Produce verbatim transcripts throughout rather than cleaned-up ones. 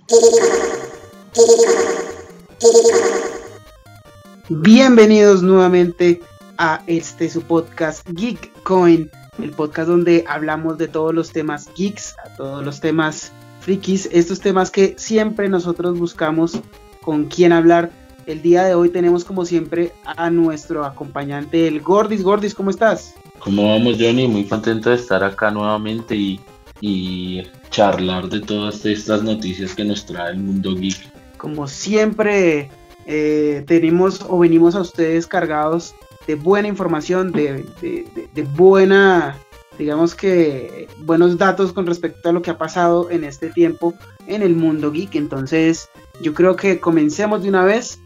Bienvenidos nuevamente a este su podcast Geek Coin, el podcast donde hablamos de todos los temas geeks, a todos los temas frikis, estos temas que siempre nosotros buscamos con quién hablar. El día de hoy tenemos como siempre a nuestro acompañante, el Gordis. Gordis, ¿cómo estás? ¿Cómo vamos, Johnny? Muy contento de estar acá nuevamente y, y charlar de todas estas noticias que nos trae el mundo geek. Como siempre eh, tenemos o venimos a ustedes cargados de buena información, de, de, de, de buena, digamos que buenos datos con respecto a lo que ha pasado en este tiempo en el mundo geek. Entonces yo creo que comencemos de una vez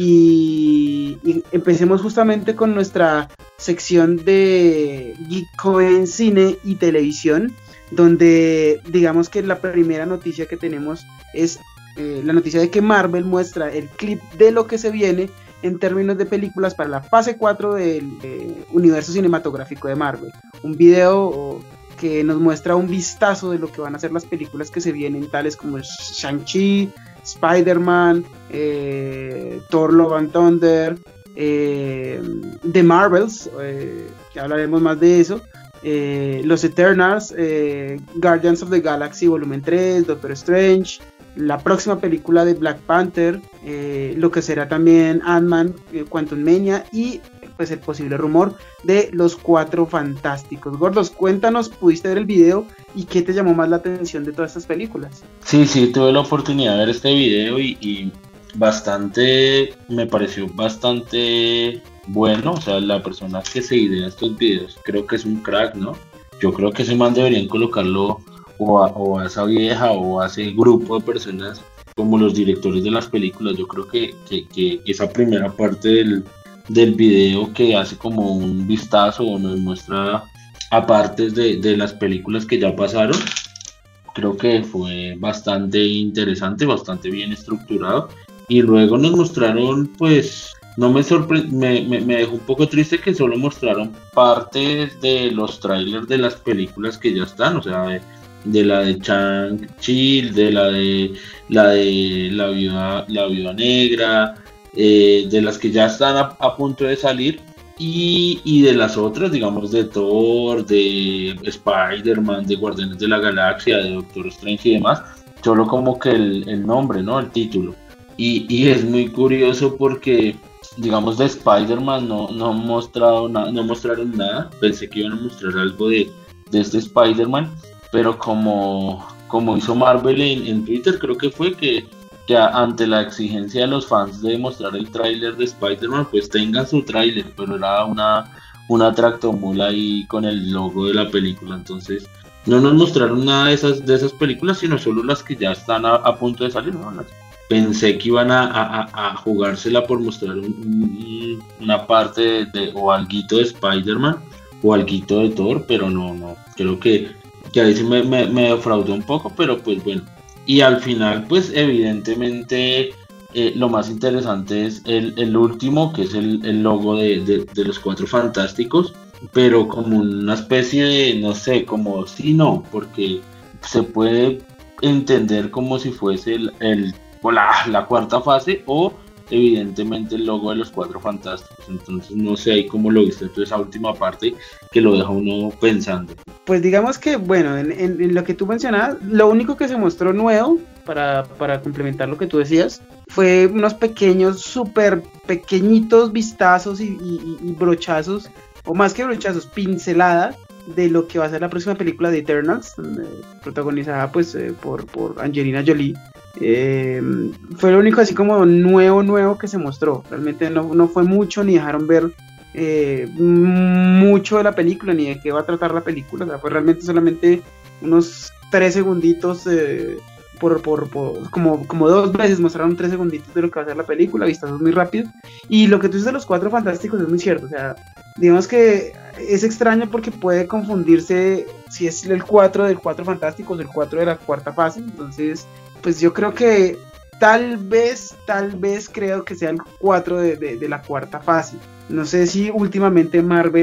y, y empecemos justamente con nuestra sección de Geek Coin Cine y Televisión, donde digamos que la primera noticia que tenemos es eh, la noticia de que Marvel muestra el clip de lo que se viene en términos de películas para la fase cuatro del eh, universo cinematográfico de Marvel. Un video que nos muestra un vistazo de lo que van a ser las películas que se vienen, tales como Shang-Chi, Spider-Man, eh, Thor Love and Thunder, eh, The Marvels, eh, que hablaremos más de eso, eh, Los Eternals, eh, Guardians of the Galaxy Volumen tres, Doctor Strange, la próxima película de Black Panther, eh, lo que será también Ant-Man, eh, Quantumania y pues el posible rumor de los Cuatro Fantásticos. Gordos, cuéntanos, ¿pudiste ver el video y qué te llamó más la atención de todas estas películas? Sí, sí, tuve la oportunidad de ver este video y, y bastante, me pareció bastante bueno. O sea, la persona que se idea estos videos creo que es un crack, ¿no? Yo creo que ese man deberían colocarlo o a, o a esa vieja o a ese grupo de personas como los directores de las películas. Yo creo que, que, que esa primera parte del del video, que hace como un vistazo o nos muestra apartes de, de las películas que ya pasaron, creo que fue bastante interesante, bastante bien estructurado. Y luego nos mostraron, pues no me sorpre- me, me, me dejó un poco triste que solo mostraron partes de los trailers de las películas que ya están, o sea, de, de la de Shang-Chi, de la de la de la viuda, la viuda negra, Eh, de las que ya están a, a punto de salir y, y de las otras, digamos, de Thor, de Spider-Man, de Guardianes de la Galaxia, de Doctor Strange y demás, solo como que el, el nombre, ¿no? El título. Y, y es muy curioso porque, digamos, de Spider-Man no, no, han mostrado na- no mostraron nada. Pensé que iban a mostrar algo de, de este Spider-Man, pero como, como hizo Marvel en, en Twitter, creo que fue que ya ante la exigencia de los fans de mostrar el tráiler de Spider-Man, pues tengan su tráiler, pero era una, una tractomula ahí con el logo de la película. Entonces no nos mostraron nada de esas, de esas películas, sino solo las que ya están a, a punto de salir, ¿no? Pensé que iban a, a, a jugársela por mostrar un, un, una parte de, de, o alguito de Spider-Man o alguito de Thor, pero no, no, creo que, que ahí sí me, me, me defraudó un poco, pero pues bueno. Y al final, pues evidentemente eh, lo más interesante es el, el último, que es el, el logo de, de, de los Cuatro Fantásticos, pero como una especie de, no sé, como sí, no, porque se puede entender como si fuese el, el o la, la cuarta fase o evidentemente el logo de los Cuatro Fantásticos. Entonces no sé ahí cómo lo viste tú esa última parte que lo deja uno pensando. Pues digamos que, bueno, en, en, en lo que tú mencionabas, lo único que se mostró nuevo, para, para complementar lo que tú decías, fue unos pequeños, súper pequeñitos vistazos y, y, y brochazos, o más que brochazos, pinceladas de lo que va a ser la próxima película de Eternals, eh, protagonizada pues eh, por, por Angelina Jolie. Eh, fue lo único así como nuevo, nuevo que se mostró. Realmente no, no fue mucho, ni dejaron ver Eh, mucho de la película ni de qué va a tratar la película. O sea, fue realmente solamente unos tres segunditos eh, por, por, por como, como dos veces mostraron tres segunditos de lo que va a ser la película, vistazos muy rápidos. Y lo que tú dices de los Cuatro Fantásticos es muy cierto. O sea, digamos que es extraño porque puede confundirse si es el cuatro del Cuatro Fantásticos o el cuatro de la cuarta fase. Entonces, pues yo creo que tal vez, tal vez creo que sea el cuatro de, de, de la cuarta fase. No sé si últimamente Marvel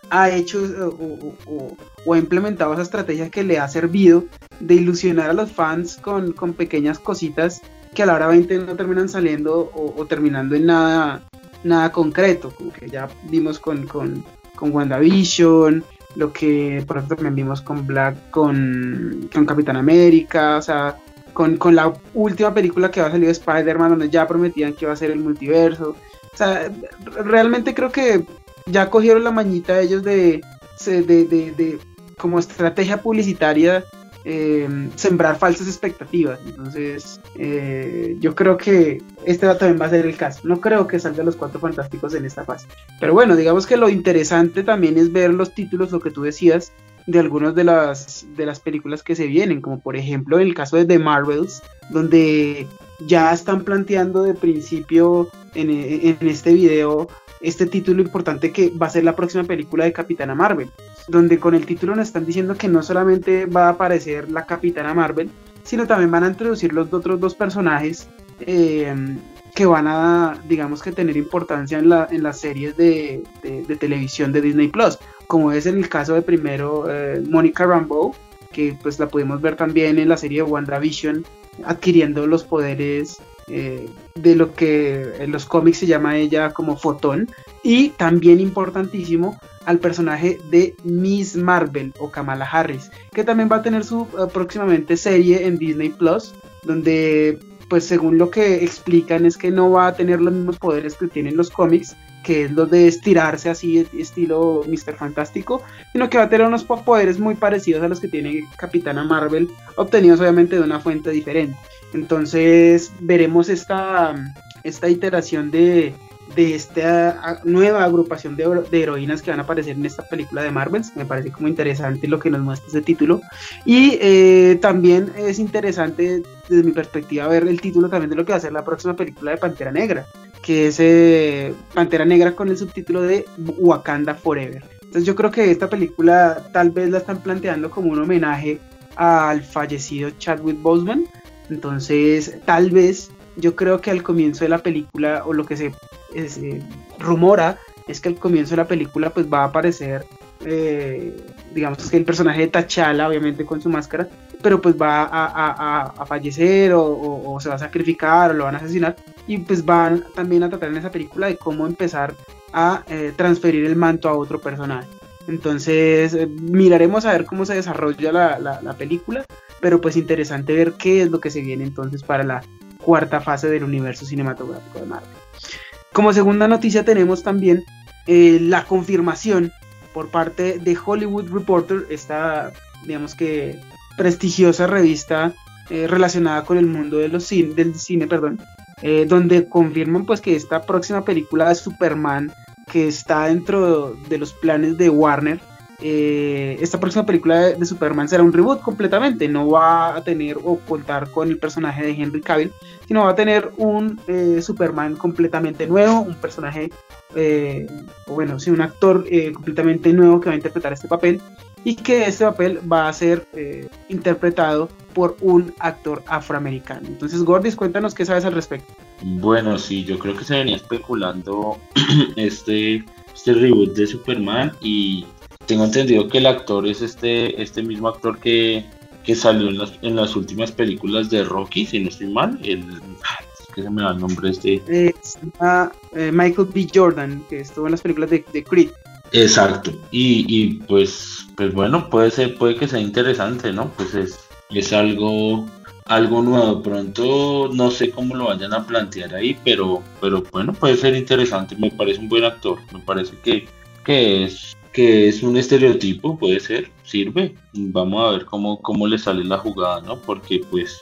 ha hecho o, o, o ha implementado esa estrategia que le ha servido de ilusionar a los fans con, con pequeñas cositas que a la hora veinte no terminan saliendo o, o terminando en nada, nada concreto, como que ya vimos con, con, con WandaVision, lo que por ejemplo también vimos con Black, con, con Capitán América, o sea, con, con la última película que va a salir de Spider-Man, donde ya prometían que iba a ser el multiverso. O sea, realmente creo que ya cogieron la mañita ellos de, de, de, de, de como estrategia publicitaria, eh, sembrar falsas expectativas. Entonces eh, yo creo que este también va a ser el caso. No creo que salgan los Cuatro Fantásticos en esta fase, pero bueno, digamos que lo interesante también es ver los títulos, lo que tú decías, de algunas de las, de las películas que se vienen, como por ejemplo en el caso de The Marvels, donde ya están planteando de principio en, en este video este título importante que va a ser la próxima película de Capitana Marvel, donde con el título nos están diciendo que no solamente va a aparecer la Capitana Marvel, sino también van a introducir los otros dos personajes eh, que van a, digamos que tener importancia en, la, en las series de, de, de televisión de Disney Plus, como es en el caso de primero eh, Monica Rambeau, que pues la pudimos ver también en la serie de WandaVision, adquiriendo los poderes eh, de lo que en los cómics se llama ella como Fotón, y también importantísimo al personaje de Miss Marvel o Kamala Harris, que también va a tener su uh, próximamente serie en Disney Plus, donde pues según lo que explican es que no va a tener los mismos poderes que tienen los cómics, que es lo de estirarse así estilo míster Fantástico, sino que va a tener unos poderes muy parecidos a los que tiene Capitana Marvel, obtenidos obviamente de una fuente diferente. Entonces veremos esta, esta iteración de, de esta nueva agrupación de, de heroínas que van a aparecer en esta película de Marvels. Me parece como interesante lo que nos muestra ese título, y eh, también es interesante desde mi perspectiva ver el título también de lo que va a ser la próxima película de Pantera Negra, que es eh, Pantera Negra con el subtítulo de Wakanda Forever. Entonces yo creo que esta película tal vez la están planteando como un homenaje al fallecido Chadwick Boseman. Entonces tal vez yo creo que al comienzo de la película, o lo que se es, eh, rumora es que al comienzo de la película pues va a aparecer eh, digamos que el personaje de T'Challa, obviamente con su máscara, pero pues va a, a, a, a fallecer o, o, o se va a sacrificar o lo van a asesinar, y pues van también a tratar en esa película de cómo empezar a eh, transferir el manto a otro personaje. Entonces eh, miraremos a ver cómo se desarrolla la, la, la película, pero pues interesante ver qué es lo que se viene entonces para la cuarta fase del universo cinematográfico de Marvel. Como segunda noticia tenemos también eh, la confirmación por parte de Hollywood Reporter, esta digamos que prestigiosa revista eh, relacionada con el mundo de los cine, del cine, perdón, eh, donde confirman pues que esta próxima película de Superman, que está dentro de los planes de Warner, eh, esta próxima película de, de Superman será un reboot completamente, no va a tener o contar con el personaje de Henry Cavill, sino va a tener un eh, Superman completamente nuevo, un personaje, eh, o bueno, sí, un actor eh, completamente nuevo que va a interpretar este papel, y que este papel va a ser eh, interpretado por un actor afroamericano. Entonces, Gordis, cuéntanos qué sabes al respecto. Bueno, sí, yo creo que se venía especulando este, este reboot de Superman, y tengo entendido que el actor es este, este mismo actor que, que salió en las, en las últimas películas de Rocky, si no estoy mal, el, es que se me va el nombre este. Eh, uh, eh, Michael B. Jordan, que estuvo en las películas de, de Creed. Exacto, y, y pues, pues bueno, puede ser, puede que sea interesante, ¿no? Pues es, es algo, algo nuevo. Pronto no sé cómo lo vayan a plantear ahí, pero, pero bueno, puede ser interesante. Me parece un buen actor, me parece que, que es, que es un estereotipo, puede ser, sirve. Vamos a ver cómo, cómo le sale la jugada, ¿no? Porque pues,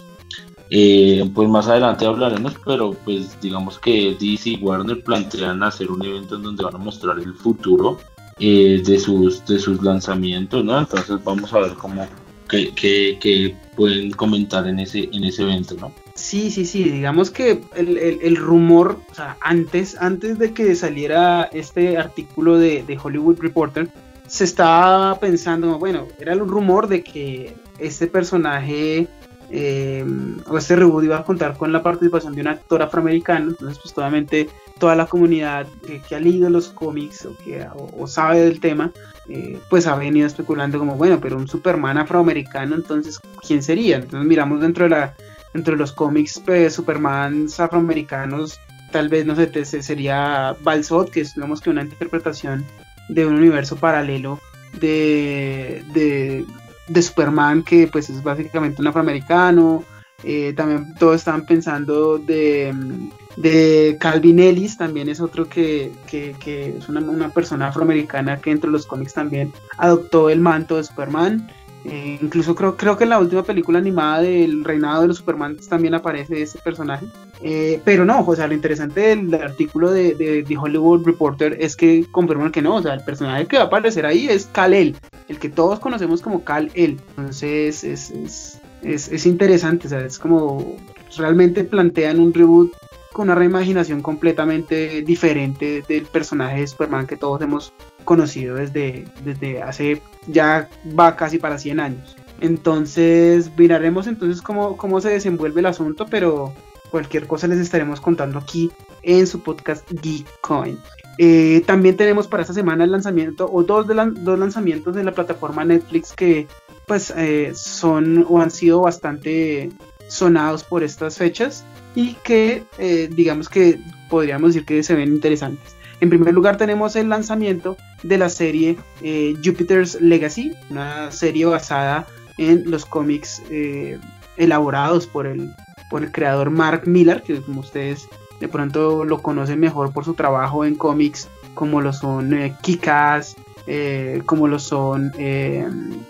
eh, pues más adelante hablaremos, pero pues digamos que D C y Warner plantean hacer un evento en donde van a mostrar el futuro Eh, de sus de sus lanzamientos, ¿no? Entonces vamos a ver cómo que, que, que pueden comentar en ese en ese evento, ¿no? Sí, sí, sí, digamos que el, el, el rumor, o sea, antes, antes de que saliera este artículo de, de Hollywood Reporter, se estaba pensando, bueno, era un rumor de que este personaje eh, o este reboot iba a contar con la participación de un actor afroamericano. Entonces pues obviamente toda la comunidad que, que ha leído los cómics o que o, o sabe del tema, eh, pues ha venido especulando como, bueno, pero un Superman afroamericano, entonces ¿quién sería? Entonces miramos dentro de la dentro de los cómics, pues, Supermans afroamericanos, tal vez, no sé, te, sería Val-Zod, que es, digamos que una interpretación de un universo paralelo de, de, de Superman, que pues es básicamente un afroamericano. Eh, también todos estaban pensando de, de Calvin Ellis, también es otro que, que, que es una, una persona afroamericana que entre los cómics también adoptó el manto de Superman. Eh, incluso creo, creo que en la última película animada del reinado de los Superman también aparece ese personaje, eh, pero no, o sea, lo interesante del artículo de, de, de Hollywood Reporter es que confirman que no, o sea, el personaje que va a aparecer ahí es Kal-El, el que todos conocemos como Kal-El. Entonces es, es, es, es interesante, o sea, es como realmente plantean un reboot con una reimaginación completamente diferente del personaje de Superman que todos hemos conocido desde, desde hace ya va casi para cien años. Entonces miraremos entonces cómo, cómo se desenvuelve el asunto, pero cualquier cosa les estaremos contando aquí en su podcast Geekcoin. Eh, también tenemos para esta semana el lanzamiento o dos, de la, dos lanzamientos de la plataforma Netflix que pues eh, son o han sido bastante sonados por estas fechas y que eh, digamos que podríamos decir que se ven interesantes. En primer lugar tenemos el lanzamiento de la serie eh, Jupiter's Legacy, una serie basada en los cómics eh, elaborados por el, por el creador Mark Millar, que como ustedes de pronto lo conocen mejor por su trabajo en cómics como lo son eh, Kick-Ass, eh, como lo son eh,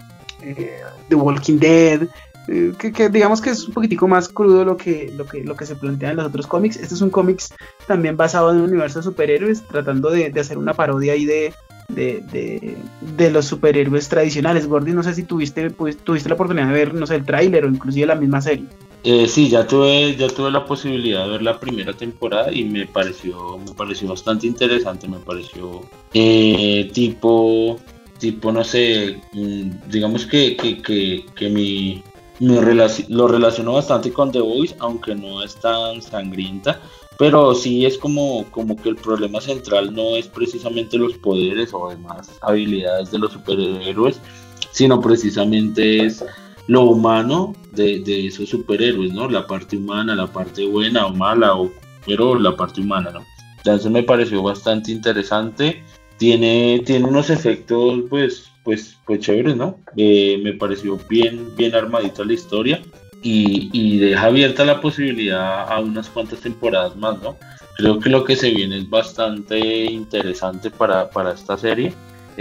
eh, The Walking Dead, eh, que, que digamos que es un poquitico más crudo lo que, lo que, lo que se plantea en los otros cómics. Este es un cómics también basado en un universo de superhéroes, tratando de, de hacer una parodia ahí de, de, de, de los superhéroes tradicionales. Gordy, no sé si tuviste, pues, tuviste la oportunidad de ver, no sé, el tráiler o inclusive la misma serie. Eh, sí, ya tuve, ya tuve la posibilidad de ver la primera temporada y me pareció, me pareció bastante interesante, me pareció eh, tipo, tipo, no sé, digamos que, que, que, que mi, mi relac- lo relaciono bastante con The Voice, aunque no es tan sangrienta, pero sí es como, como que el problema central no es precisamente los poderes o demás habilidades de los superhéroes, sino precisamente es lo humano de, de esos superhéroes, ¿no? La parte humana, la parte buena o mala, o, pero la parte humana, ¿no? Entonces me pareció bastante interesante. Tiene, tiene unos efectos, pues, pues, pues chéveres, ¿no? Eh, me pareció bien, bien armadita la historia y, y deja abierta la posibilidad a unas cuantas temporadas más, ¿no? Creo que lo que se viene es bastante interesante para, para esta serie.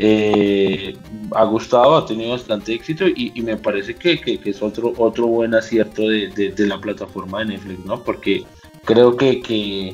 Eh, ha gustado, ha tenido bastante éxito y, y me parece que, que, que es otro, otro buen acierto de, de, de la plataforma de Netflix, ¿no? Porque creo que, que,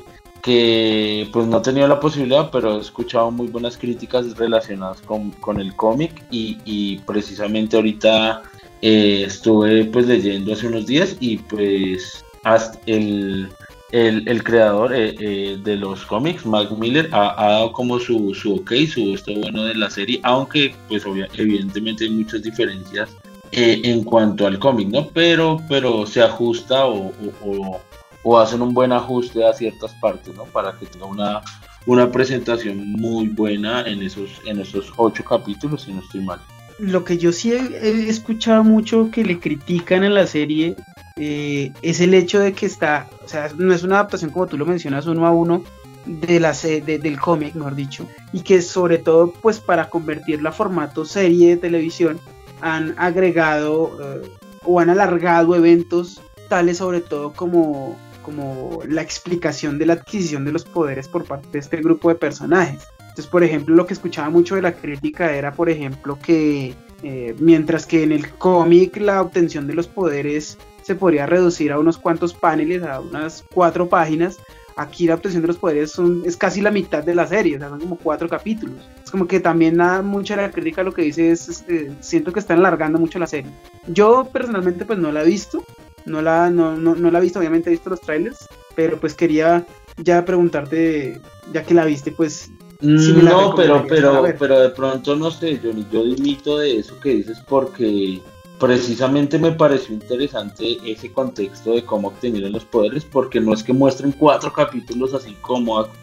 que pues no he tenido la posibilidad, pero he escuchado muy buenas críticas relacionadas con, con el cómic y, y precisamente ahorita eh, estuve pues leyendo hace unos días y pues hasta el... El, el creador eh, eh, de los cómics, Mark Millar, ha, ha dado como su, su ok, su esto bueno de la serie, aunque pues obvia, evidentemente hay muchas diferencias eh, en cuanto al cómic, ¿no? Pero, pero se ajusta o, o, o, o hacen un buen ajuste a ciertas partes, ¿no? Para que tenga una, una presentación muy buena en esos, en esos ocho capítulos, si no estoy mal. Lo que yo sí he, he escuchado mucho que le critican a la serie eh, es el hecho de que está, o sea, no es una adaptación como tú lo mencionas uno a uno de la de, del cómic, mejor dicho, y que sobre todo pues para convertirla a formato serie de televisión han agregado eh, o han alargado eventos tales sobre todo como, como la explicación de la adquisición de los poderes por parte de este grupo de personajes. Entonces, por ejemplo, lo que escuchaba mucho de la crítica era, por ejemplo, que eh, mientras que en el cómic la obtención de los poderes se podría reducir a unos cuantos paneles, a unas cuatro páginas, aquí la obtención de los poderes son, es casi la mitad de la serie, o sea, son como cuatro capítulos. Es como que también nada, mucha de la crítica lo que dice es, es eh, siento que están alargando mucho la serie. Yo personalmente pues no la he visto, no la, no, no, no la he visto, obviamente he visto los trailers, pero pues quería ya preguntarte, ya que la viste, pues... Si no, pero pero pero de pronto no sé, yo yo dimito de eso que dices porque precisamente me pareció interesante ese contexto de cómo obtenieron los poderes, porque no es que muestren cuatro capítulos así como eh,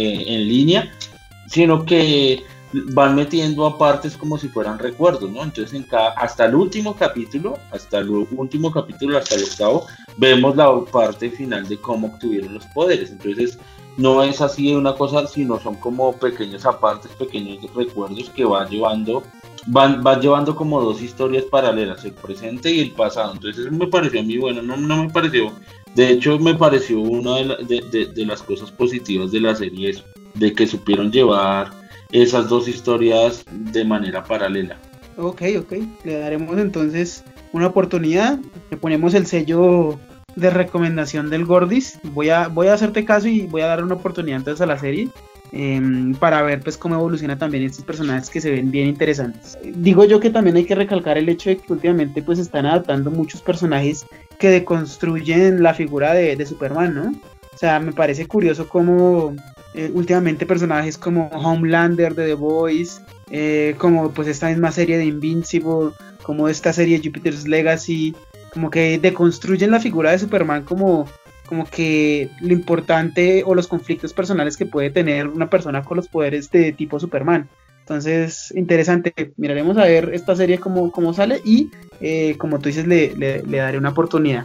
en línea, sino que van metiendo a partes como si fueran recuerdos, ¿no? Entonces en cada, hasta el último capítulo, hasta el último capítulo, hasta el octavo, vemos la parte final de cómo obtuvieron los poderes. Entonces no es así de una cosa, sino son como pequeños apartes, pequeños recuerdos que van llevando, van, van llevando como dos historias paralelas, el presente y el pasado. Entonces eso me pareció muy bueno, no, no me pareció, de hecho me pareció una de, la, de, de, de las cosas positivas de la serie, eso, de que supieron llevar esas dos historias de manera paralela. Ok, ok, le daremos entonces una oportunidad, le ponemos el sello de recomendación del Gordis. Voy a, voy a hacerte caso y voy a dar una oportunidad entonces a la serie eh, para ver pues cómo evoluciona también estos personajes que se ven bien interesantes. Digo yo que también hay que recalcar el hecho de que últimamente pues están adaptando muchos personajes que deconstruyen la figura de, de Superman, ¿no? O sea, me parece curioso cómo eh, últimamente personajes como Homelander de The Boys, eh, como pues esta misma serie de Invincible, como esta serie Jupiter's Legacy, como que deconstruyen la figura de Superman como, como que lo importante o los conflictos personales que puede tener una persona con los poderes de tipo Superman. Entonces, interesante, miraremos a ver esta serie cómo, cómo sale y eh, como tú dices, le, le, le daré una oportunidad.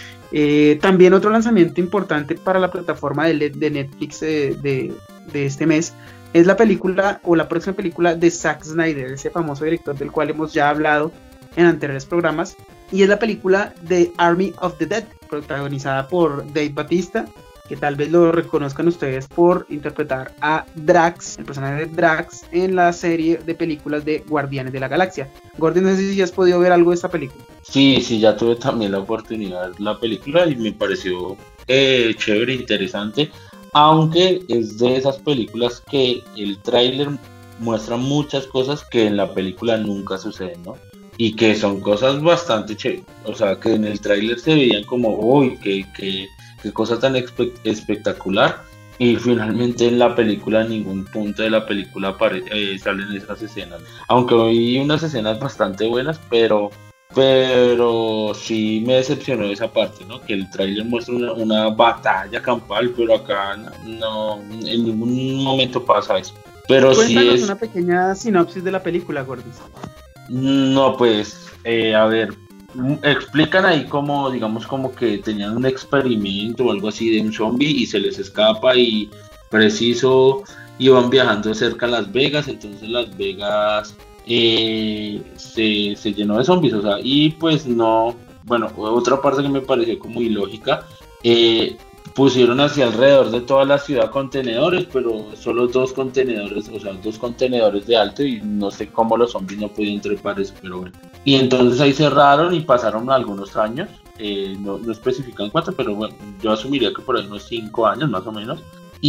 Eh, también otro lanzamiento importante para la plataforma de, de Netflix eh, de, de este mes es la película o la próxima película de Zack Snyder, ese famoso director del cual hemos ya hablado en anteriores programas, y es la película de Army of the Dead, protagonizada por Dave Bautista, que tal vez lo reconozcan ustedes por interpretar a Drax, el personaje de Drax, en la serie de películas de Guardianes de la Galaxia. Gordon, no sé si has podido ver algo de esta película. Sí, sí, ya tuve también la oportunidad de ver la película y me pareció eh, chévere, interesante, aunque es de esas películas que el tráiler muestra muchas cosas que en la película nunca suceden, ¿no? Y que son cosas bastante chéveres, o sea, que en el tráiler se veían como, uy, qué, qué, qué cosa tan espe- espectacular, y finalmente en la película, en ningún punto de la película apare- eh, salen esas escenas, aunque hay unas escenas bastante buenas, pero, pero sí me decepcionó esa parte, ¿no? Que el tráiler muestra una, una batalla campal, pero acá no, no, en ningún momento pasa eso. Pero sí Cuéntanos es una pequeña sinopsis de la película, Gordon. No, pues, eh, a ver, mm, explican ahí como, digamos, como que tenían un experimento o algo así de un zombie y se les escapa y preciso iban viajando cerca a Las Vegas, entonces Las Vegas eh, se, se llenó de zombies, o sea, y pues no, bueno, otra parte que me pareció como ilógica, eh, pusieron hacia alrededor de toda la ciudad contenedores, pero solo dos contenedores, o sea, dos contenedores de alto y no sé cómo los zombies no podían trepar eso, pero bueno. Y entonces ahí cerraron y pasaron algunos años, eh, no, no especifican cuánto, pero bueno, yo asumiría que por ahí unos cinco años más o menos.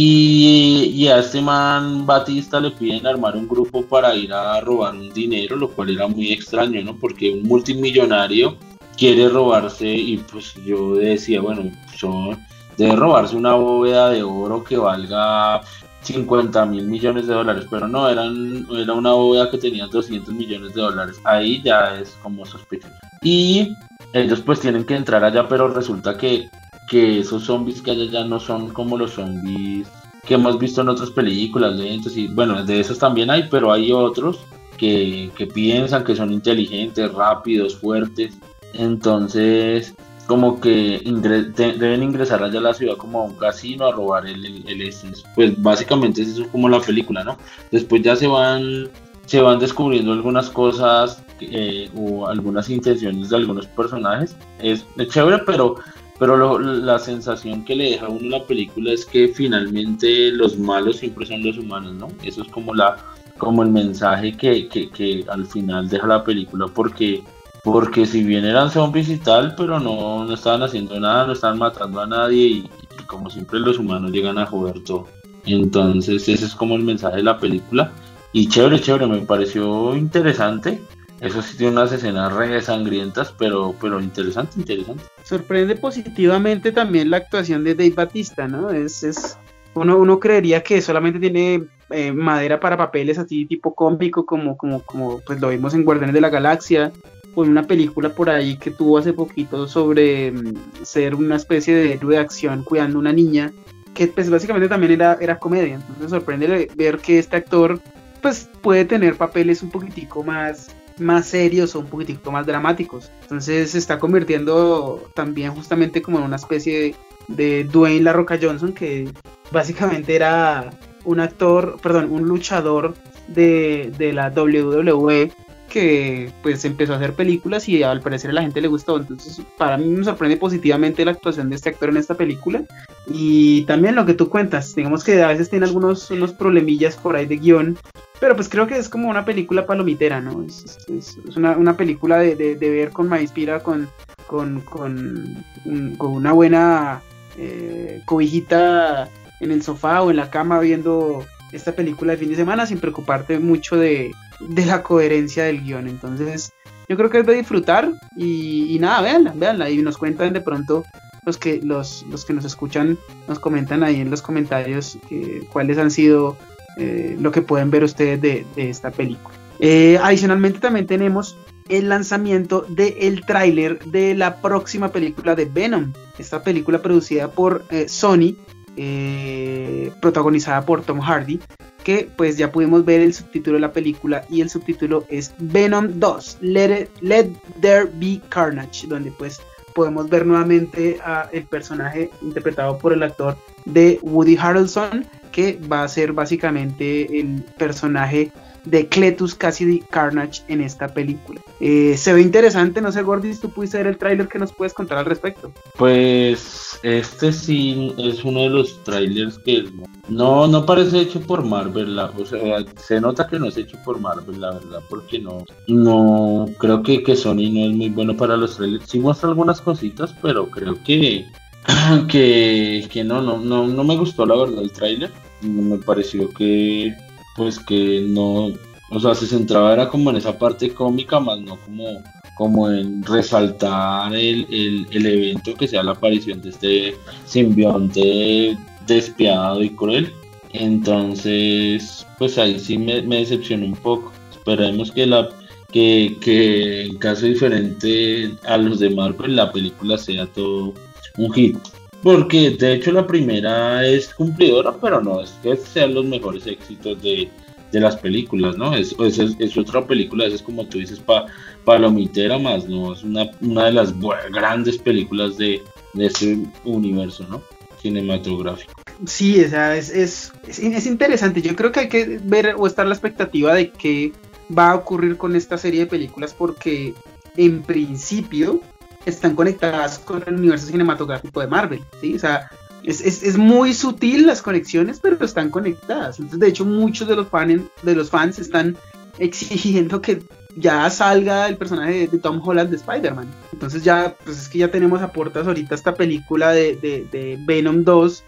Y, y a este man Batista le piden armar un grupo para ir a robar un dinero, lo cual era muy extraño, ¿no? Porque un multimillonario quiere robarse y pues yo decía, bueno, son... debe robarse una bóveda de oro que valga cincuenta mil millones de dólares, pero no, eran, era una bóveda que tenía doscientos millones de dólares. Ahí ya es como sospechoso. Y ellos pues tienen que entrar allá, pero resulta que, que esos zombies que hay allá no son como los zombies que hemos visto en otras películas, lentos, y bueno, de esos también hay, pero hay otros que, que piensan que son inteligentes, rápidos, fuertes. Entonces como que ingre- de- deben ingresar allá a la ciudad como a un casino a robar el, el, el este. Pues básicamente es eso como la película, ¿no? Después ya se van se van descubriendo algunas cosas eh, o algunas intenciones de algunos personajes. Es, es chévere, pero pero lo, la sensación que le deja a uno la película es que finalmente los malos siempre son los humanos, ¿no? Eso es como la como el mensaje que, que, que al final deja la película, porque Porque si bien eran zombies y tal, pero no, no estaban haciendo nada, no estaban matando a nadie y, y como siempre los humanos llegan a joder todo. Entonces ese es como el mensaje de la película. Y chévere, chévere, me pareció interesante. Eso sí tiene unas escenas re sangrientas, pero, pero interesante, interesante. Sorprende positivamente también la actuación de Dave Bautista, ¿no? Es, es uno, uno creería que solamente tiene eh, madera para papeles así tipo cómico, como, como, como pues lo vimos en Guardianes de la Galaxia, o en una película por ahí que tuvo hace poquito sobre mm, ser una especie de héroe de acción cuidando a una niña, que pues básicamente también era, era comedia. Entonces me sorprende ver que este actor pues puede tener papeles un poquitico más, más serios o un poquitico más dramáticos. Entonces se está convirtiendo también justamente como en una especie de, de Dwayne La Roca Johnson, que básicamente era un actor, perdón, un luchador de, de la W W E, que pues empezó a hacer películas y al parecer a la gente le gustó. Entonces para mí me sorprende positivamente la actuación de este actor en esta película, y también lo que tú cuentas, digamos que a veces tiene algunos unos problemillas por ahí de guión, pero pues creo que es como una película palomitera, ¿no? Es, es, es una, una película de, de, de ver con maíz pira, con, con, con, un, con una buena eh, cobijita en el sofá o en la cama viendo esta película de fin de semana sin preocuparte mucho de, de la coherencia del guión. Entonces yo creo que es de disfrutar y, y nada, véanla, véanla y nos cuentan de pronto los que, los, los que nos escuchan, nos comentan ahí en los comentarios eh, cuáles han sido eh, lo que pueden ver ustedes de, de esta película. Eh, adicionalmente también tenemos el lanzamiento del tráiler de la próxima película de Venom, esta película producida por eh, Sony, Eh, protagonizada por Tom Hardy, que pues ya pudimos ver el subtítulo de la película, y el subtítulo es Venom dos, Let, It, Let There Be Carnage, donde pues podemos ver nuevamente a el personaje interpretado por el actor de Woody Harrelson, que va a ser básicamente el personaje de Cletus Cassidy Carnage en esta película. Eh, se ve interesante, no sé, Gordis, tú pudiste ver el tráiler, ¿qué nos puedes contar al respecto? Pues este sí es uno de los trailers que no, no parece hecho por Marvel, la, o sea, se nota que no es hecho por Marvel, la verdad, porque no, no creo que, que Sony no es muy bueno para los trailers. Sí muestra algunas cositas, pero creo que que, que no, no, no, no me gustó la verdad el tráiler. Me pareció que pues que no, o sea, se centraba era como en esa parte cómica, más no como, como en resaltar el, el, el evento que sea la aparición de este simbionte despiadado y cruel. Entonces, pues ahí sí me, me decepcionó un poco. Esperemos que la que, que en caso diferente a los de Marvel, la película sea todo un hit. Porque de hecho la primera es cumplidora, pero no es que sean los mejores éxitos de, de las películas, ¿no? Es, es, es otra película, es como tú dices, pa, palomitera más, ¿no? Es una, una de las bu- grandes películas de, de este universo, ¿no? Cinematográfico. Sí, o sea, es, es, es, es interesante. Yo creo que hay que ver o estar a la expectativa de qué va a ocurrir con esta serie de películas, porque en principio están conectadas con el universo cinematográfico de Marvel, ¿sí? O sea, es, es, es muy sutil las conexiones, pero están conectadas. Entonces, de hecho, muchos de los, fans, de los fans están exigiendo que ya salga el personaje de, de Tom Holland de Spider-Man. Entonces ya, pues es que ya tenemos a puertas ahorita esta película de, de, de Venom dos,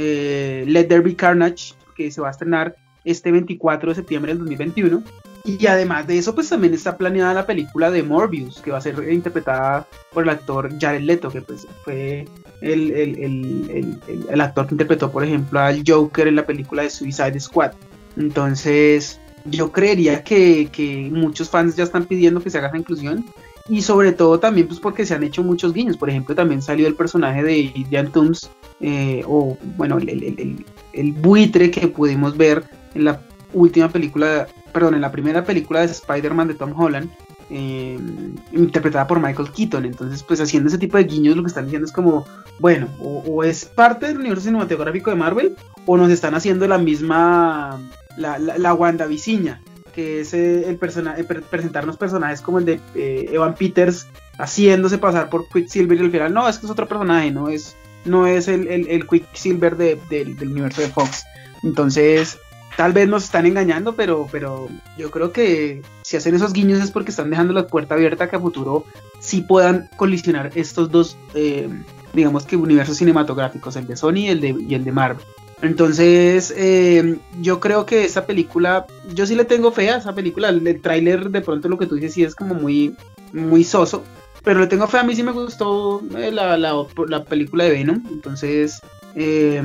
eh, Let There Be Carnage, que se va a estrenar este veinticuatro de septiembre del dos mil veintiuno. Y además de eso, pues también está planeada la película de Morbius, que va a ser interpretada por el actor Jared Leto, que pues fue el, el, el, el, el, el actor que interpretó, por ejemplo, al Joker en la película de Suicide Squad. Entonces, yo creería que, que muchos fans ya están pidiendo que se haga esa inclusión, y sobre todo también pues porque se han hecho muchos guiños. Por ejemplo, también salió el personaje de Indiana Jones, eh, o bueno, el, el, el, el buitre que pudimos ver en la última película, perdón, en la primera película de Spider-Man de Tom Holland, eh, interpretada por Michael Keaton. Entonces, pues haciendo ese tipo de guiños, lo que están diciendo es como, bueno, o, o es parte del universo cinematográfico de Marvel, o nos están haciendo la misma, la, la, la WandaViciña, que es eh, el persona, eh, presentarnos personajes como el de eh, Evan Peters haciéndose pasar por Quicksilver, y al final, no, es que es otro personaje, no es, no es el, el, el Quicksilver de, de, del universo de Fox. Entonces, tal vez nos están engañando, pero, pero yo creo que si hacen esos guiños es porque están dejando la puerta abierta a que a futuro sí puedan colisionar estos dos, eh, digamos que universos cinematográficos, el de Sony y el de, y el de Marvel. Entonces, eh, yo creo que esta película, yo sí le tengo fe a esa película. El, el tráiler, de pronto lo que tú dices, sí es como muy, muy soso, pero le tengo fe. A mí sí me gustó eh, la, la, la película de Venom. Entonces, eh,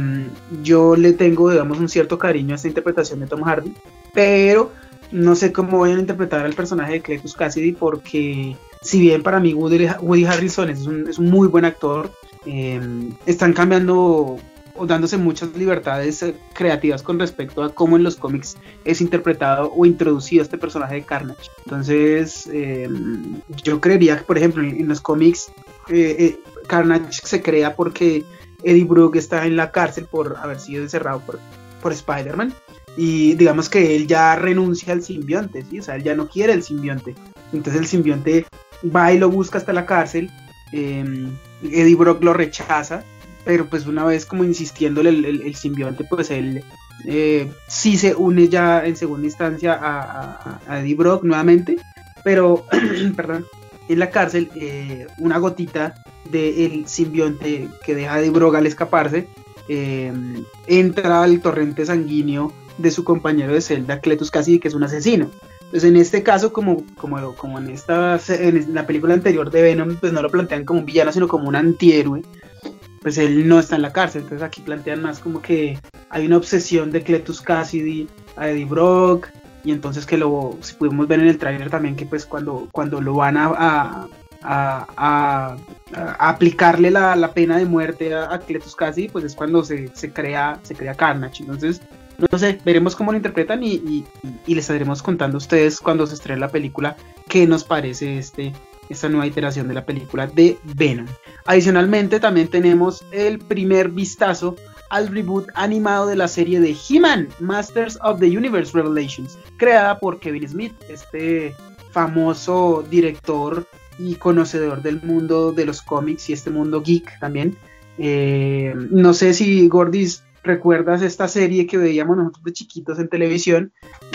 yo le tengo, digamos, un cierto cariño a esta interpretación de Tom Hardy, pero no sé cómo vayan a interpretar al personaje de Cletus Cassidy, porque si bien para mí Woody, Woody Harrelson es un, es un muy buen actor, eh, están cambiando o dándose muchas libertades eh, creativas con respecto a cómo en los cómics es interpretado o introducido este personaje de Carnage. Entonces, eh, yo creería que, por ejemplo, en, en los cómics, eh, eh, Carnage se crea porque Eddie Brock está en la cárcel por haber sido encerrado por, por Spider-Man, y digamos que él ya renuncia al simbionte, ¿sí? O sea, él ya no quiere el simbionte. Entonces el simbionte va y lo busca hasta la cárcel, eh, Eddie Brock lo rechaza, pero pues una vez como insistiéndole el, el, el simbionte, pues él eh, sí se une ya en segunda instancia a, a, a Eddie Brock nuevamente, pero perdón, en la cárcel eh, una gotita del simbionte que deja a Eddie Brock al escaparse eh, entra al torrente sanguíneo de su compañero de celda, Cletus Cassidy, que es un asesino. Entonces en este caso, como, como, como en, esta, en la película anterior de Venom, pues no lo plantean como un villano, sino como un antihéroe, pues él no está en la cárcel. Entonces aquí plantean más como que hay una obsesión de Cletus Cassidy a Eddie Brock, y entonces que lo, si pudimos ver en el tráiler también, que pues cuando, cuando lo van a, a, a, a, a aplicarle la, la pena de muerte a, a Cletus Cassidy, pues es cuando se, se, crea, se crea Carnage. Entonces, no sé, veremos cómo lo interpretan y, y, y les estaremos contando a ustedes cuando se estrene la película qué nos parece este, esta nueva iteración de la película de Venom. Adicionalmente también tenemos el primer vistazo al reboot animado de la serie de He-Man, Masters of the Universe Revelations, creada por Kevin Smith, este famoso director y conocedor del mundo de los cómics y este mundo geek también. Eh, no sé si Gordis recuerdas esta serie que veíamos nosotros de chiquitos en televisión,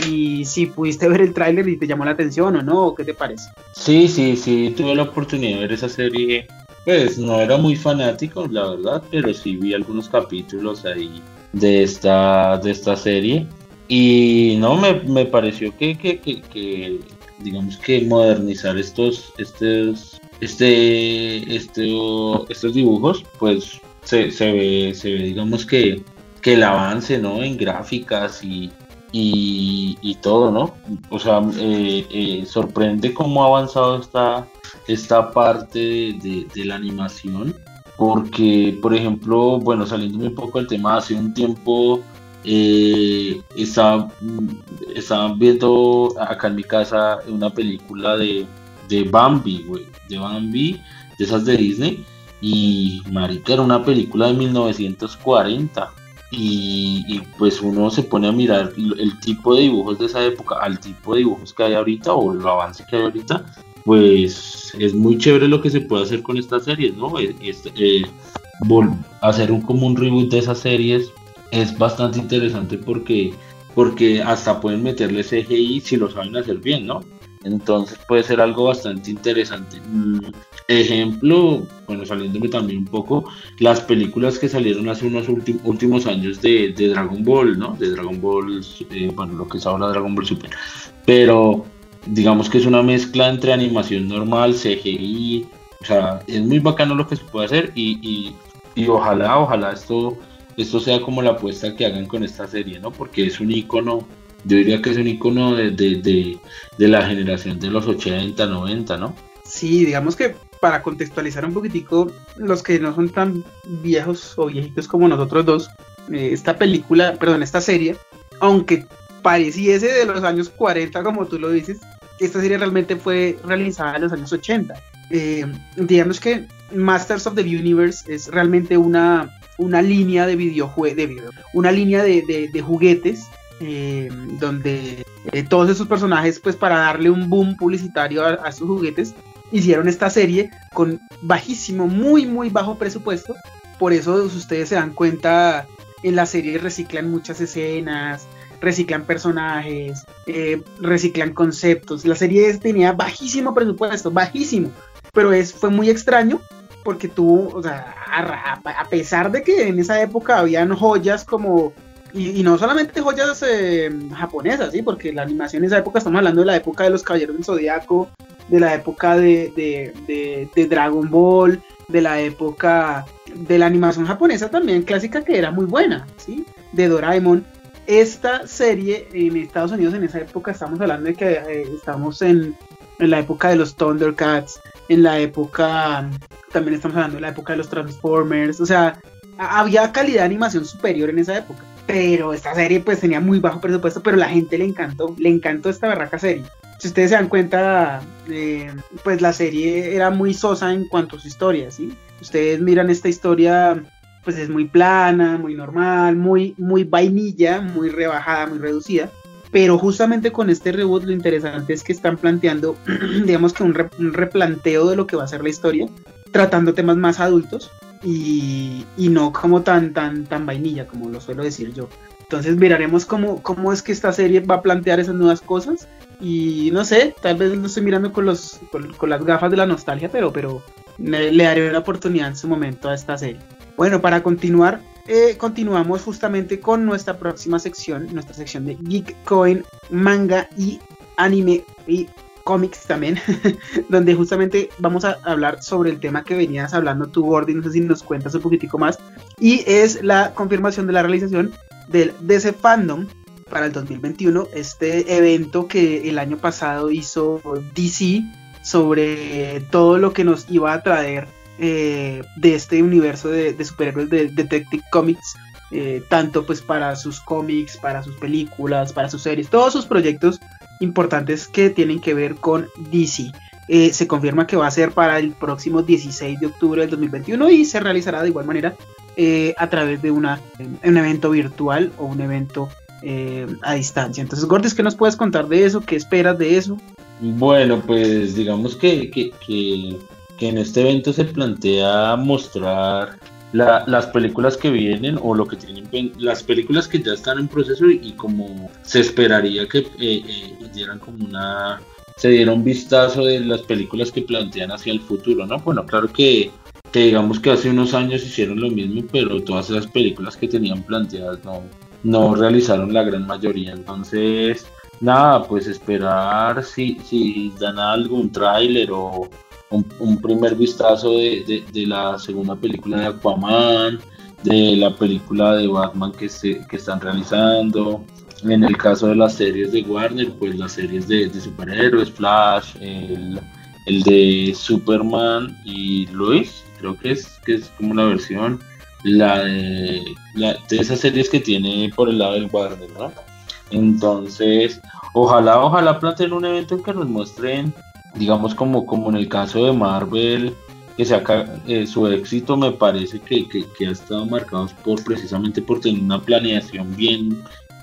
y si pudiste ver el tráiler y te llamó la atención o no, ¿qué te parece? Sí, sí, sí, tuve la oportunidad de ver esa serie. Pues no era muy fanático, la verdad, pero sí vi algunos capítulos ahí de esta, de esta serie, y no, me, me pareció que, que, que, que digamos que modernizar estos, estos, este, este, estos dibujos, pues se, se ve, se ve, digamos que que el avance, ¿no? En gráficas y, y, y todo, ¿no? O sea, eh, eh, sorprende cómo ha avanzado esta, esta parte de, de, de la animación, porque, por ejemplo, bueno, saliéndome un poco del tema, hace un tiempo eh, estaba, estaba viendo acá en mi casa una película de, de Bambi, güey, de Bambi, de esas de Disney, y marica, era una película de mil novecientos cuarenta. Y, y pues uno se pone a mirar el tipo de dibujos de esa época al tipo de dibujos que hay ahorita, o el avance que hay ahorita, pues es muy chévere lo que se puede hacer con estas series, ¿no? Este, eh, hacer un, como un reboot de esas series es bastante interesante, porque, porque hasta pueden meterle C G I si lo saben hacer bien, ¿no? Entonces puede ser algo bastante interesante. Mm, ejemplo, bueno, saliéndome también un poco, las películas que salieron hace unos ulti- últimos años de, de Dragon Ball, ¿no? De Dragon Ball, eh, bueno, lo que es ahora Dragon Ball Super. Pero digamos que es una mezcla entre animación normal, C G I, o sea, es muy bacano lo que se puede hacer, y, y, y ojalá, ojalá esto, esto sea como la apuesta que hagan con esta serie, ¿no? Porque es un icono. Yo diría que es un icono de, de, de, de la generación de los ochenta, noventa, ¿no? Sí, digamos que para contextualizar un poquitico, los que no son tan viejos o viejitos como nosotros dos, eh, esta película, perdón, esta serie, aunque pareciese de los años cuarenta, como tú lo dices, esta serie realmente fue realizada en los años ochenta. Eh, digamos que Masters of the Universe es realmente una, una línea de videojuegos, de video, una línea de, de, de juguetes, Eh, donde eh, todos esos personajes, pues para darle un boom publicitario a, a sus juguetes, hicieron esta serie con bajísimo, muy muy bajo presupuesto. Por eso, si ustedes se dan cuenta, en la serie reciclan muchas escenas, reciclan personajes, eh, reciclan conceptos. La serie tenía bajísimo presupuesto, bajísimo, pero es, fue muy extraño, porque tuvo, o sea, a, a pesar de que en esa época habían joyas como Y, y no solamente joyas eh, japonesas, ¿sí? Porque la animación en esa época, estamos hablando de la época de los Caballeros del Zodiaco, de la época de, de, de, de Dragon Ball, de la época de la animación japonesa también clásica, que era muy buena, ¿sí? De Doraemon. Esta serie en Estados Unidos en esa época, estamos hablando de que eh, estamos en, en la época de los Thundercats, en la época, también estamos hablando de la época de los Transformers, o sea, había calidad de animación superior en esa época, pero esta serie pues tenía muy bajo presupuesto, pero la gente le encantó, le encantó esta berraca serie. Si ustedes se dan cuenta, eh, pues la serie era muy sosa en cuanto a su historia, ¿sí? Ustedes miran esta historia, pues es muy plana, muy normal, muy, muy vainilla, muy rebajada, muy reducida, pero justamente con este reboot lo interesante es que están planteando, digamos que un, re, un replanteo de lo que va a ser la historia, tratando temas más adultos y, y no como tan, tan, tan vainilla, como lo suelo decir yo. Entonces miraremos cómo, cómo es que esta serie va a plantear esas nuevas cosas y no sé, tal vez lo estoy mirando con, los, con, con las gafas de la nostalgia, pero, pero le, le daré una oportunidad en su momento a esta serie. Bueno, para continuar, eh, continuamos justamente con nuestra próxima sección, nuestra sección de Geek Coin, manga y anime y cómics también, donde justamente vamos a hablar sobre el tema que venías hablando tú, Gordy, no sé si nos cuentas un poquitico más, y es la confirmación de la realización del D C Fandom para el dos mil veintiuno, este evento que el año pasado hizo D C sobre todo lo que nos iba a traer eh, de este universo de, de superhéroes de Detective Comics, eh, tanto pues para sus cómics, para sus películas, para sus series, todos sus proyectos importantes que tienen que ver con D C. Eh, se confirma que va a ser para el próximo dieciséis de octubre del dos mil veintiuno y se realizará de igual manera eh, a través de una, un evento virtual o un evento eh, a distancia. Entonces, Gordes, ¿qué nos puedes contar de eso? ¿Qué esperas de eso? Bueno, pues digamos que, que, que, que en este evento se plantea mostrar la, las películas que vienen o lo que tienen, las películas que ya están en proceso y, y como se esperaría que eh, eh, dieran como una, se diera un vistazo de las películas que plantean hacia el futuro, ¿no? Bueno, claro que, que digamos que hace unos años hicieron lo mismo, pero todas esas películas que tenían planteadas no, no realizaron la gran mayoría, entonces nada, pues esperar si, si dan algo, un tráiler o un, un primer vistazo de, de, de la segunda película de Aquaman, de la película de Batman que, se, que están realizando. En el caso de las series de Warner, pues las series de, de superhéroes, Flash, el, el de Superman y Lois, creo que es, que es como la versión, la de, la de esas series que tiene por el lado del Warner, ¿no? Entonces, ojalá, ojalá planteen un evento en que nos muestren, digamos como, como en el caso de Marvel, que saca eh, su éxito, me parece que, que, que ha estado marcado por precisamente por tener una planeación bien,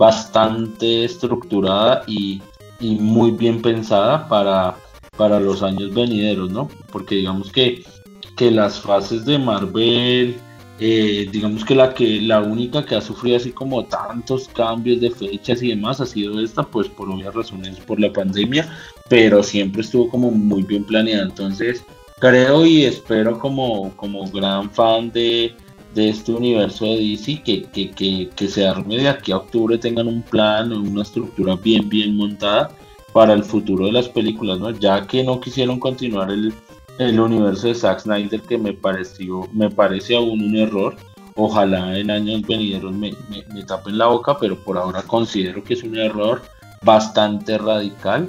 bastante estructurada y, y muy bien pensada para, para los años venideros, ¿no? Porque digamos que, que las fases de Marvel, Eh, digamos que la que la única que ha sufrido así como tantos cambios de fechas y demás ha sido esta, pues por obvias razones por la pandemia, pero siempre estuvo como muy bien planeada. Entonces creo y espero como, como gran fan de, de este universo de D C que, que, que, que se arme de aquí a octubre, tengan un plan, una estructura bien bien montada para el futuro de las películas, ¿no? Ya que no quisieron continuar el el universo de Zack Snyder, que me pareció, me parece aún un error. Ojalá en años venideros me, me, me tapen la boca, pero por ahora considero que es un error bastante radical.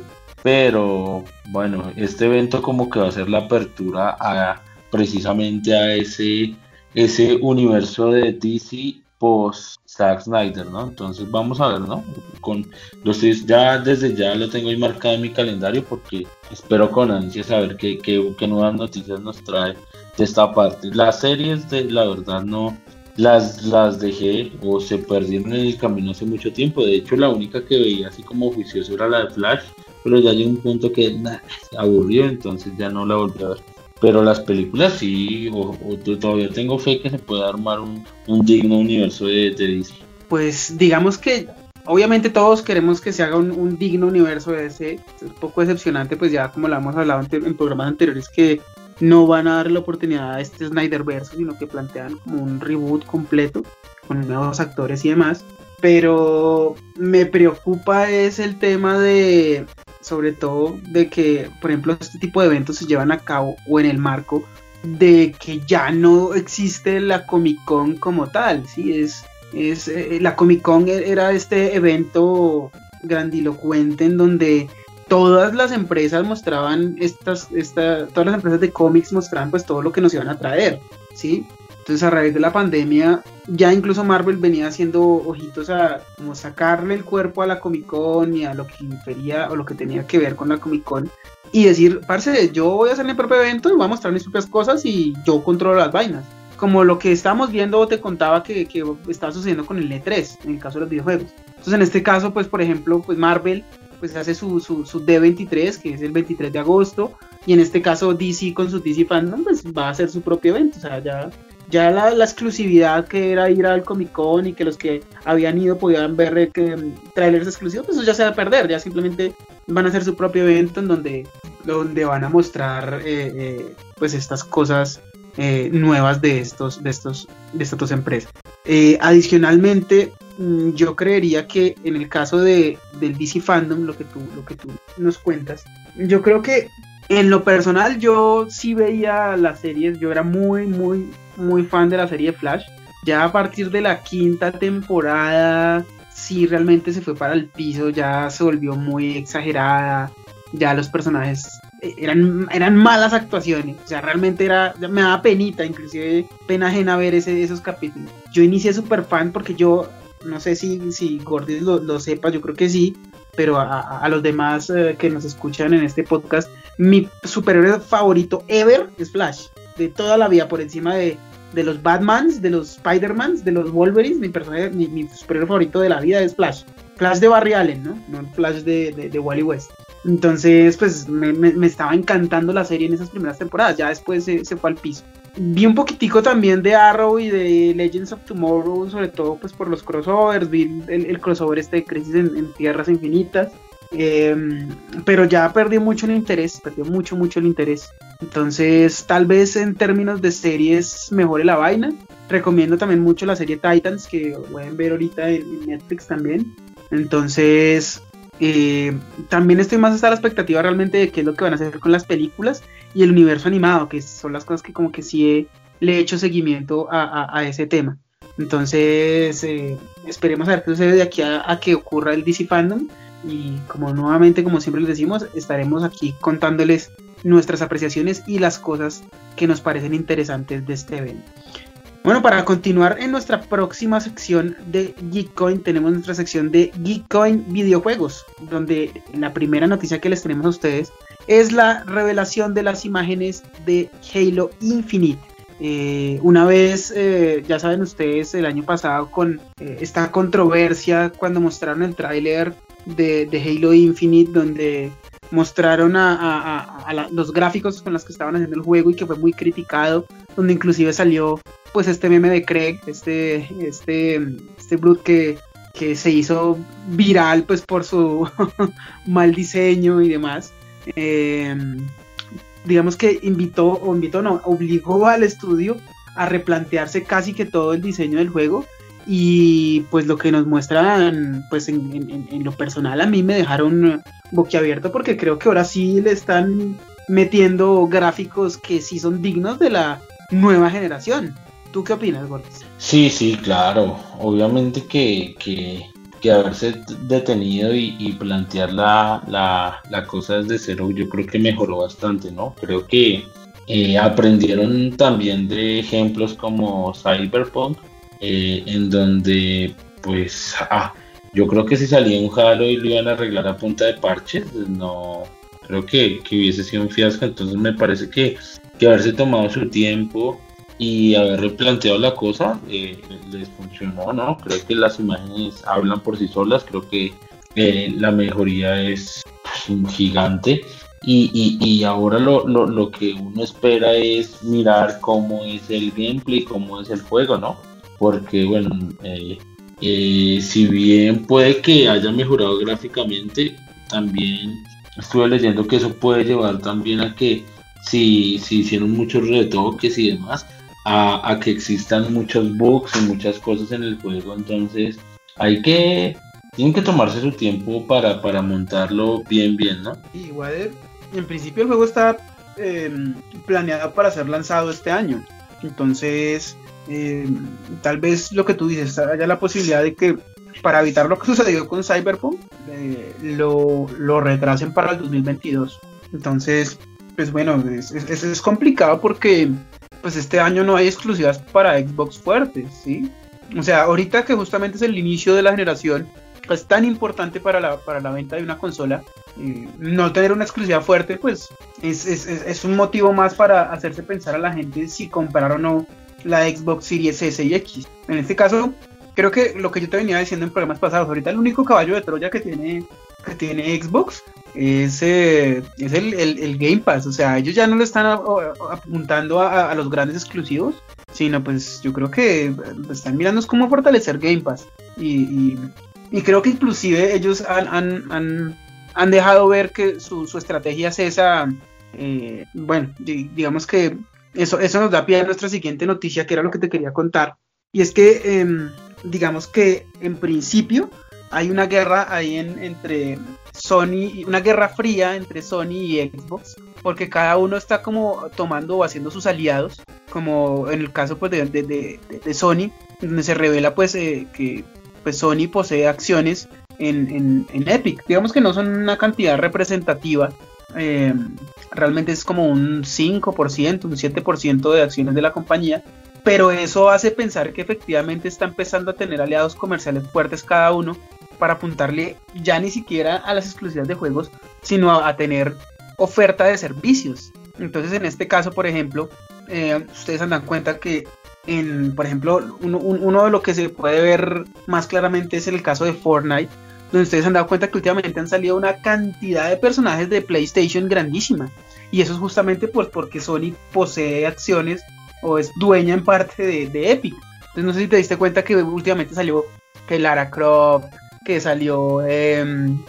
Pero bueno, este evento como que va a ser la apertura a precisamente a ese, ese universo de D C post Zack Snyder, ¿no? Entonces vamos a ver, ¿no? Con los ya desde ya lo tengo ahí marcado en mi calendario porque espero con ansia saber qué, qué, qué nuevas noticias nos trae de esta parte. Las series, de la verdad, no las, las dejé o se perdieron en el camino hace mucho tiempo. De hecho, la única que veía así como juicioso era la de Flash, pero ya llegó un punto que nah, aburrió, entonces ya no la volví a ver. Pero las películas sí, o, o todavía tengo fe que se pueda armar un, un digno universo de, de D C. Pues digamos que obviamente todos queremos que se haga un, un digno universo de D C. Es un poco decepcionante, pues ya como lo hemos hablado en, en programas anteriores, que no van a dar la oportunidad a este Snyderverse, sino que plantean como un reboot completo con nuevos actores y demás. Pero me preocupa es el tema de, sobre todo, de que, por ejemplo, este tipo de eventos se llevan a cabo o en el marco de que ya no existe la Comic Con como tal, ¿sí? Es, es, eh, la Comic Con era este evento grandilocuente en donde todas las empresas mostraban estas, esta, todas las empresas de cómics mostraban pues todo lo que nos iban a traer, ¿sí? Entonces a raíz de la pandemia ya incluso Marvel venía haciendo ojitos a como sacarle el cuerpo a la Comic Con y a lo que infería o lo que tenía que ver con la Comic Con y decir, parce, yo voy a hacer mi propio evento y voy a mostrar mis propias cosas y yo controlo las vainas. Como lo que estábamos viendo o te contaba que, que estaba sucediendo con el E tres, en el caso de los videojuegos. Entonces en este caso, pues por ejemplo, pues Marvel pues hace su, su, su D veintitrés, que es el veintitrés de agosto, y en este caso D C con su D C Fandom, pues va a hacer su propio evento, o sea, ya, ya la, la exclusividad que era ir al Comic Con y que los que habían ido podían ver que, trailers exclusivos, pues eso ya se va a perder, ya simplemente van a hacer su propio evento en donde, donde van a mostrar eh, eh, pues estas cosas eh, nuevas de estos, de estos, de estas dos empresas. Eh, adicionalmente, yo creería que en el caso de, del D C Fandom, lo que, tú, lo que tú nos cuentas, yo creo que en lo personal yo sí veía las series, yo era muy, muy, muy fan de la serie Flash. Ya a partir de la quinta temporada, sí realmente se fue para el piso, ya se volvió muy exagerada, ya los personajes eran, eran malas actuaciones, o sea, realmente era, me daba penita, inclusive pena ajena ver ese, esos capítulos. Yo inicié súper fan porque yo, no sé si, si Gordis lo, lo sepa, yo creo que sí, pero a, a los demás eh, que nos escuchan en este podcast, mi superhéroe favorito ever es Flash, de toda la vida, por encima de, de los Batmans, de los Spider-Mans, de los Wolverines, mi, personaje, mi, mi superhéroe favorito de la vida es Flash. Flash de Barry Allen, ¿no? No Flash de, de, de Wally West. Entonces, pues me, me, me estaba encantando la serie en esas primeras temporadas, ya después se, se fue al piso. Vi un poquitico también de Arrow y de Legends of Tomorrow, sobre todo pues por los crossovers, vi el, el crossover este de Crisis en, en Tierras Infinitas, eh, pero ya perdí mucho el interés, perdió mucho, mucho el interés. Entonces, tal vez en términos de series mejore la vaina. Recomiendo también mucho la serie Titans, que pueden ver ahorita en, en Netflix también. Entonces, eh, también estoy más hasta la expectativa realmente de qué es lo que van a hacer con las películas y el universo animado, que son las cosas que como que sí he, le he hecho seguimiento a, a, a ese tema. Entonces, eh, esperemos a ver qué sucede de aquí a, a que ocurra el D C Fandom. Y como nuevamente, como siempre les decimos, estaremos aquí contándoles nuestras apreciaciones y las cosas que nos parecen interesantes de este evento. Bueno, para continuar en nuestra próxima sección de Geekcoin, tenemos nuestra sección de Geekcoin videojuegos, donde la primera noticia que les tenemos a ustedes es la revelación de las imágenes de Halo Infinite. Eh, una vez, eh, ya saben ustedes, el año pasado con eh, esta controversia cuando mostraron el tráiler de, de Halo Infinite, donde mostraron a, a, a, a la, los gráficos con los que estaban haciendo el juego y que fue muy criticado, donde inclusive salió pues este meme de Craig, este este este brute que, que se hizo viral pues por su mal diseño y demás. Eh, digamos que invitó, o invitó no, obligó al estudio a replantearse casi que todo el diseño del juego. Y pues lo que nos muestran pues en, en, en lo personal a mí me dejaron boquiabierto, porque creo que ahora sí le están metiendo gráficos que sí son dignos de la nueva generación. ¿Tú qué opinas, Gordis? Sí, sí, claro. Obviamente que, que, que haberse detenido y, y plantear la, la, la cosa desde cero, yo creo que mejoró bastante, ¿no? Creo que eh, aprendieron también de ejemplos como Cyberpunk, eh, en donde, pues, ah, yo creo que si salía un Halo y lo iban a arreglar a punta de parches, no creo que, que hubiese sido un fiasco. Entonces me parece que, que haberse tomado su tiempo y haber replanteado la cosa eh, les funcionó, ¿no? Creo que las imágenes hablan por sí solas, creo que eh, la mejoría es pues, gigante y, y, y ahora lo, lo, lo que uno espera es mirar cómo es el gameplay, cómo es el juego, ¿no? Porque bueno, eh, eh, si bien puede que haya mejorado gráficamente, también estuve leyendo que eso puede llevar también a que si, si hicieron muchos retoques y demás, A, a que existan muchos bugs y muchas cosas en el juego. Entonces hay que tienen que tomarse su tiempo para, para montarlo bien bien, ¿no? Igual en principio el juego está eh, planeado para ser lanzado este año, entonces eh, tal vez lo que tú dices, haya la posibilidad de que para evitar lo que sucedió con Cyberpunk, eh, lo, lo retrasen para el dos mil veintidós. Entonces, pues bueno, es, es, es complicado porque pues este año no hay exclusivas para Xbox fuertes, ¿sí? O sea, ahorita que justamente es el inicio de la generación, es tan importante para la, para la venta de una consola, eh, no tener una exclusividad fuerte, pues es, es, es un motivo más para hacerse pensar a la gente si comprar o no la Xbox Series S y X. En este caso, creo que lo que yo te venía diciendo en programas pasados, ahorita el único caballo de Troya que tiene, que tiene Xbox es, eh, es el, el, el Game Pass. O sea, ellos ya no le están a, a, apuntando a, a los grandes exclusivos, sino pues yo creo que están mirando es cómo fortalecer Game Pass. Y, y, y creo que inclusive ellos han, han, han, han dejado ver que su, su estrategia es esa. Eh, bueno, digamos que eso, eso nos da pie a nuestra siguiente noticia, que era lo que te quería contar. Y es que, eh, digamos que en principio hay una guerra ahí en, entre Sony, una guerra fría entre Sony y Xbox, porque cada uno está como tomando o haciendo sus aliados, como en el caso pues de, de, de, de Sony, donde se revela pues eh, que pues Sony posee acciones en, en, en Epic. Digamos que no son una cantidad representativa, eh, realmente es como un cinco por ciento, un siete por ciento de acciones de la compañía, pero eso hace pensar que efectivamente está empezando a tener aliados comerciales fuertes cada uno para apuntarle ya ni siquiera a las exclusividades de juegos, sino a, a tener oferta de servicios. Entonces en este caso, por ejemplo, eh, ustedes se dan cuenta que en, por ejemplo, uno, uno de lo que se puede ver más claramente es el caso de Fortnite, donde ustedes se han dado cuenta que últimamente han salido una cantidad de personajes de PlayStation grandísima, y eso es justamente pues porque Sony posee acciones o es dueña en parte de, de Epic. Entonces no sé si te diste cuenta que últimamente salió que Lara Croft, que salió eh,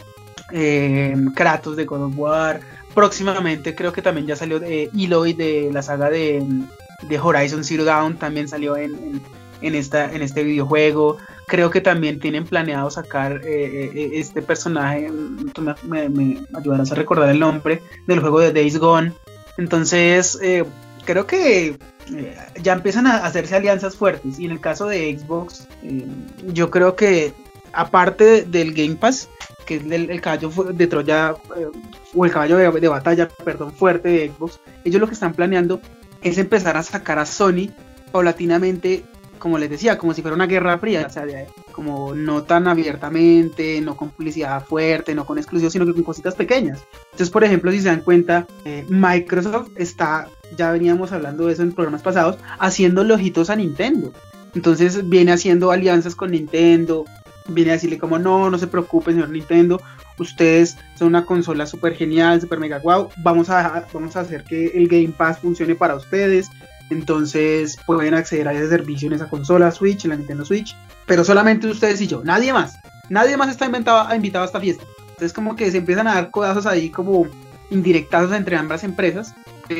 eh, Kratos de God of War, próximamente creo que también ya salió eh, Eloy de la saga de, de Horizon Zero Dawn, también salió en, en, en, esta, en este videojuego. Creo que también tienen planeado sacar eh, eh, este personaje, tú me, me, me ayudarás a recordar el nombre, del juego de Days Gone. Entonces eh, creo que eh, ya empiezan a hacerse alianzas fuertes, y en el caso de Xbox eh, yo creo que aparte del Game Pass, que es el, el caballo de Troya eh, o el caballo de, de batalla, perdón, fuerte de Xbox, ellos lo que están planeando es empezar a sacar a Sony paulatinamente, como les decía, como si fuera una guerra fría, o sea, de, como no tan abiertamente, no con publicidad fuerte, no con exclusivos, sino que con cositas pequeñas. Entonces, por ejemplo, si se dan cuenta, eh, Microsoft está, ya veníamos hablando de eso en programas pasados, haciéndole ojitos a Nintendo. Entonces viene haciendo alianzas con Nintendo, viene a decirle como no, no se preocupen, señor Nintendo, ustedes son una consola súper genial, súper mega guau, vamos a, vamos a hacer que el Game Pass funcione para ustedes. Entonces pueden acceder a ese servicio en esa consola Switch, en la Nintendo Switch, pero solamente ustedes y yo, nadie más, nadie más está inventado, invitado a esta fiesta. Entonces como que se empiezan a dar codazos ahí como indirectazos entre ambas empresas,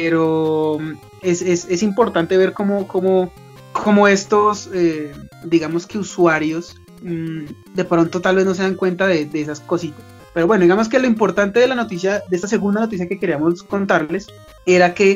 pero es, es, es importante ver cómo, cómo, cómo estos, eh, digamos que usuarios, mmm, de pronto tal vez no se dan cuenta de, de esas cositas. Pero bueno, digamos que lo importante de la noticia, de esta segunda noticia que queríamos contarles, era que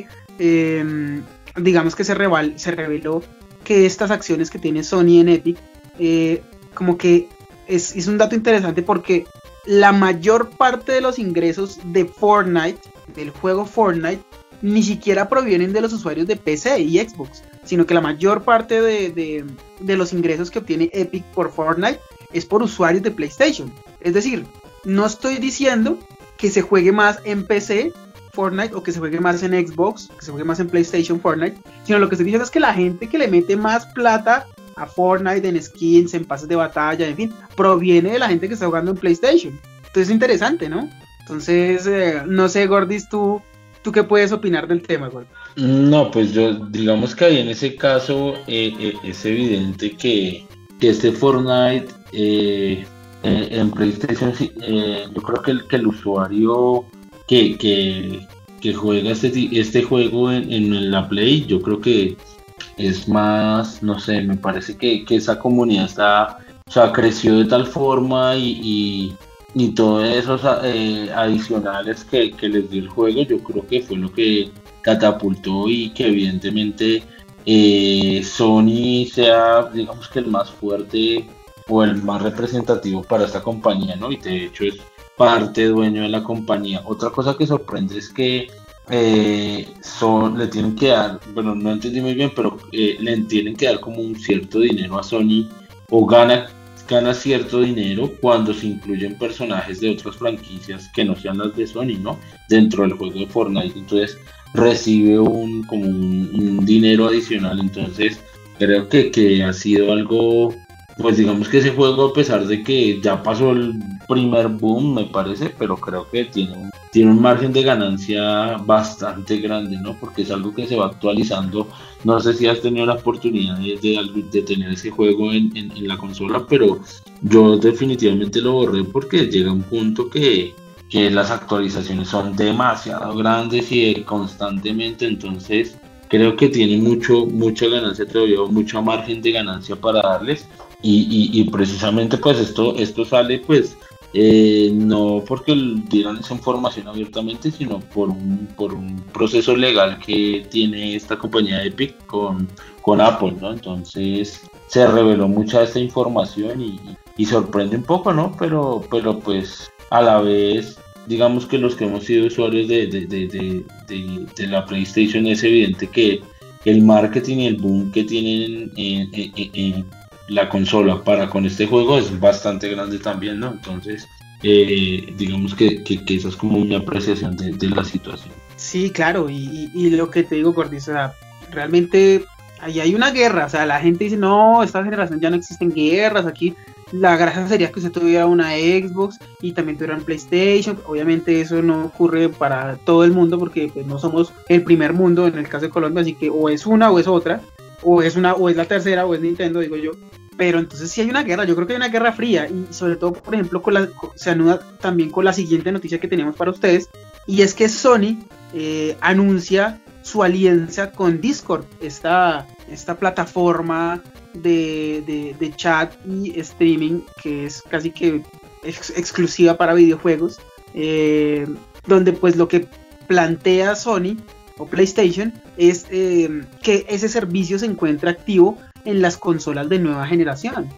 eh, digamos que se, reval, se reveló que estas acciones que tiene Sony en Epic, eh, como que es, es un dato interesante, porque la mayor parte de los ingresos de Fortnite, del juego Fortnite, ni siquiera provienen de los usuarios de P C y Xbox, sino que la mayor parte de, de, de los ingresos que obtiene Epic por Fortnite es por usuarios de PlayStation. Es decir, no estoy diciendo que se juegue más en P C Fortnite o que se juegue más en Xbox, que se juegue más en PlayStation Fortnite, sino lo que estoy diciendo es que la gente que le mete más plata a Fortnite en skins, en pases de batalla, en fin, proviene de la gente que está jugando en PlayStation. Entonces es interesante, ¿no? Entonces, eh, no sé, Gordis, ¿tú, ¿tú qué puedes opinar del tema, Gordis? No, pues yo, digamos que ahí en ese caso eh, eh, es evidente que, que este Fortnite eh, eh, en PlayStation, eh, yo creo que el, que el usuario que, que, que juega este, este juego en, en la Play, yo creo que es más, no sé, me parece que, que esa comunidad está, o sea, creció de tal forma y, y, y todos esos eh, adicionales que, que les dio el juego, yo creo que fue lo que catapultó y que evidentemente eh, Sony sea, digamos que el más fuerte o el más representativo para esta compañía, ¿no? Y de hecho es parte dueño de la compañía. Otra cosa que sorprende es que eh, son, le tienen que dar, bueno, no entendí muy bien, pero eh, le tienen que dar como un cierto dinero a Sony, o gana, gana cierto dinero cuando se incluyen personajes de otras franquicias que no sean las de Sony, ¿no? Dentro del juego de Fortnite, entonces recibe un, como un, un dinero adicional. Entonces creo que, que ha sido algo, pues digamos que ese juego, a pesar de que ya pasó el primer boom, me parece, pero creo que tiene un, tiene un margen de ganancia bastante grande, ¿no? Porque es algo que se va actualizando. No sé si has tenido la oportunidad de, de, de tener ese juego en, en, en la consola, pero yo definitivamente lo borré porque llega un punto que, que las actualizaciones son demasiado grandes y constantemente, entonces creo que tiene mucho, mucha ganancia todavía, mucho margen de ganancia para darles. Y, y, y precisamente pues esto, esto sale pues eh, no porque dieran esa información abiertamente, sino por un, por un proceso legal que tiene esta compañía Epic con, con Apple, ¿no? Entonces se reveló mucha de esta información y, y sorprende un poco, ¿no? Pero, pero pues a la vez, digamos que los que hemos sido usuarios de, de, de, de, de, de la PlayStation, es evidente que el marketing y el boom que tienen en, en, en, en la consola para con este juego es bastante grande también, ¿no? Entonces, eh, digamos que, que, que esa es como mi apreciación de, de la situación. Sí, claro, y, y, y lo que te digo, Gordis, o sea, realmente ahí hay una guerra, o sea, la gente dice, no, esta generación ya no existen guerras, aquí la gracia sería que usted tuviera una Xbox y también tuviera un PlayStation. Obviamente eso no ocurre para todo el mundo porque pues no somos el primer mundo en el caso de Colombia, así que o es una o es otra, o es una o es la tercera o es Nintendo, digo yo. Pero entonces sí hay una guerra, yo creo que hay una guerra fría, y sobre todo, por ejemplo, con la, se anuda también con la siguiente noticia que tenemos para ustedes, y es que Sony eh, anuncia su alianza con Discord, esta, esta plataforma de, de, de chat y streaming que es casi que ex, exclusiva para videojuegos, eh, donde pues lo que plantea Sony o PlayStation es eh, que ese servicio se encuentra activo en las consolas de nueva generación.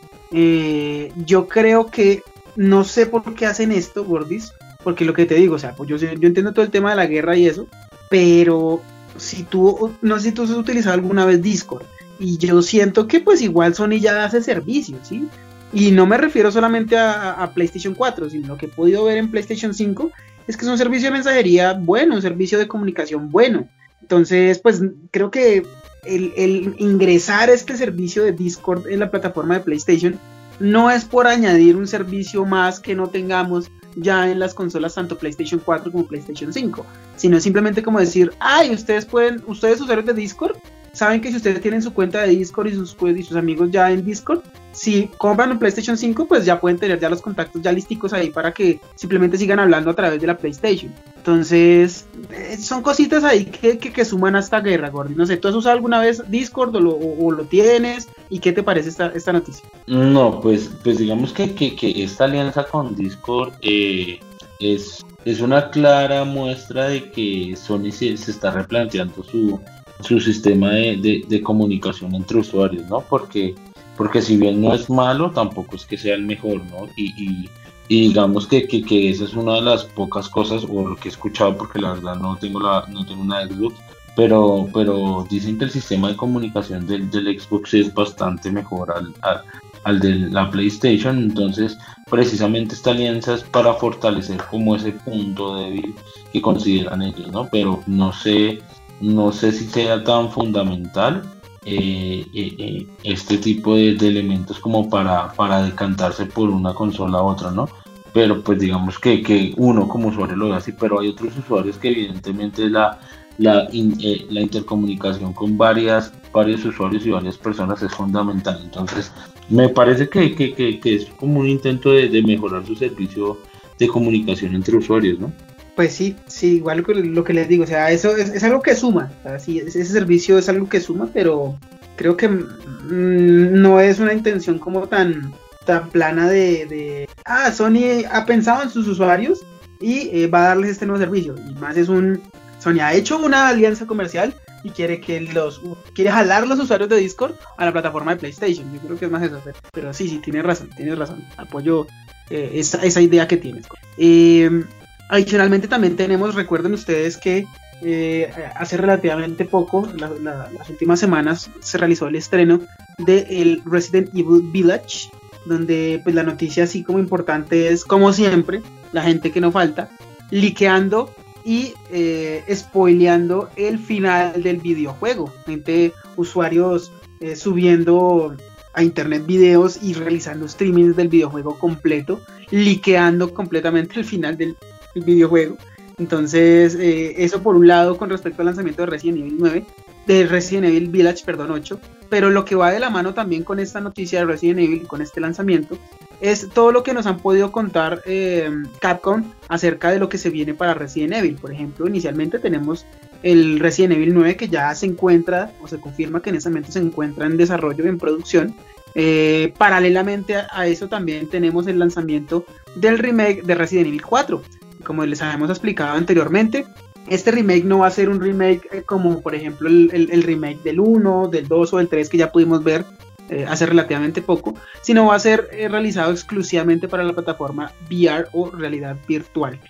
Eh, yo creo que no sé por qué hacen esto, Gordis, porque lo que te digo, o sea, pues yo, yo entiendo todo el tema de la guerra y eso, pero si tú, no sé si tú has utilizado alguna vez Discord, y yo siento que pues igual Sony ya hace servicio, ¿sí? Y no me refiero solamente a, a PlayStation cuatro, sino lo que he podido ver en PlayStation cinco es que es un servicio de mensajería bueno, un servicio de comunicación bueno. Entonces, pues creo que el, el ingresar a este servicio de Discord en la plataforma de PlayStation no es por añadir un servicio más que no tengamos ya en las consolas tanto PlayStation cuatro como PlayStation cinco, sino simplemente como decir, ay, ustedes pueden, ustedes usuarios de Discord, saben que si ustedes tienen su cuenta de Discord y sus, y sus amigos ya en Discord, si compran un PlayStation cinco, pues ya pueden tener ya los contactos ya listicos ahí para que simplemente sigan hablando a través de la PlayStation. Entonces, eh, son cositas ahí que, que, que suman a esta guerra, Gordy. No sé, ¿tú has usado alguna vez Discord o lo, o, o lo tienes? ¿Y qué te parece esta, esta noticia? No, pues, pues digamos que, que, que esta alianza con Discord eh, es, es una clara muestra de que Sony se, se está replanteando su, su sistema de, de, de comunicación entre usuarios, ¿no? Porque, porque si bien no es malo, tampoco es que sea el mejor, ¿no? Y, y, y digamos que, que, que esa es una de las pocas cosas, o lo que he escuchado, porque la verdad no tengo, la, no tengo una Xbox, pero, pero dicen que el sistema de comunicación del, del Xbox es bastante mejor al, al, al de la PlayStation. Entonces precisamente esta alianza es para fortalecer como ese punto débil que consideran ellos, ¿no? Pero no sé, no sé si sea tan fundamental eh, eh, eh, este tipo de, de elementos como para, para decantarse por una consola a otra, ¿no? Pero pues digamos que, que uno como usuario lo ve así, pero hay otros usuarios que evidentemente la, la, in, eh, la intercomunicación con varias, varios usuarios y varias personas es fundamental. Entonces me parece que, que, que, que es como un intento de, de mejorar su servicio de comunicación entre usuarios, ¿no? Pues sí, sí, igual lo que les digo, o sea, eso es, es algo que suma, o sea, sí, ese servicio es algo que suma, pero creo que mmm, no es una intención como tan, tan plana de, de, ah, Sony ha pensado en sus usuarios y eh, va a darles este nuevo servicio, y más es un, Sony ha hecho una alianza comercial y quiere que los quiere jalar los usuarios de Discord a la plataforma de PlayStation. Yo creo que es más eso, pero, pero sí, sí, tienes razón, tienes razón. Apoyo eh, esa, esa idea que tienes. Eh, adicionalmente también tenemos, recuerden ustedes que eh, hace relativamente poco, la, la, las últimas semanas, se realizó el estreno de el Resident Evil Village, donde pues la noticia así como importante es, como siempre, la gente que no falta, liqueando y eh, spoileando el final del videojuego. Gente, usuarios eh, subiendo a internet videos y realizando streamings del videojuego completo, liqueando completamente el final del, del videojuego. Entonces, eh, eso por un lado con respecto al lanzamiento de Resident Evil nueve, de Resident Evil Village, perdón, ocho, pero lo que va de la mano también con esta noticia de Resident Evil, con este lanzamiento, es todo lo que nos han podido contar eh, Capcom acerca de lo que se viene para Resident Evil. Por ejemplo, inicialmente tenemos el Resident Evil nueve, que ya se encuentra, o se confirma que en este momento se encuentra en desarrollo, en producción. Eh, paralelamente a, a eso también tenemos el lanzamiento del remake de Resident Evil cuatro. Como les habíamos explicado anteriormente, este remake no va a ser un remake eh, como por ejemplo el, el, el remake del uno, del dos o del tres que ya pudimos ver eh, hace relativamente poco, sino va a ser eh, realizado exclusivamente para la plataforma V R o realidad virtual.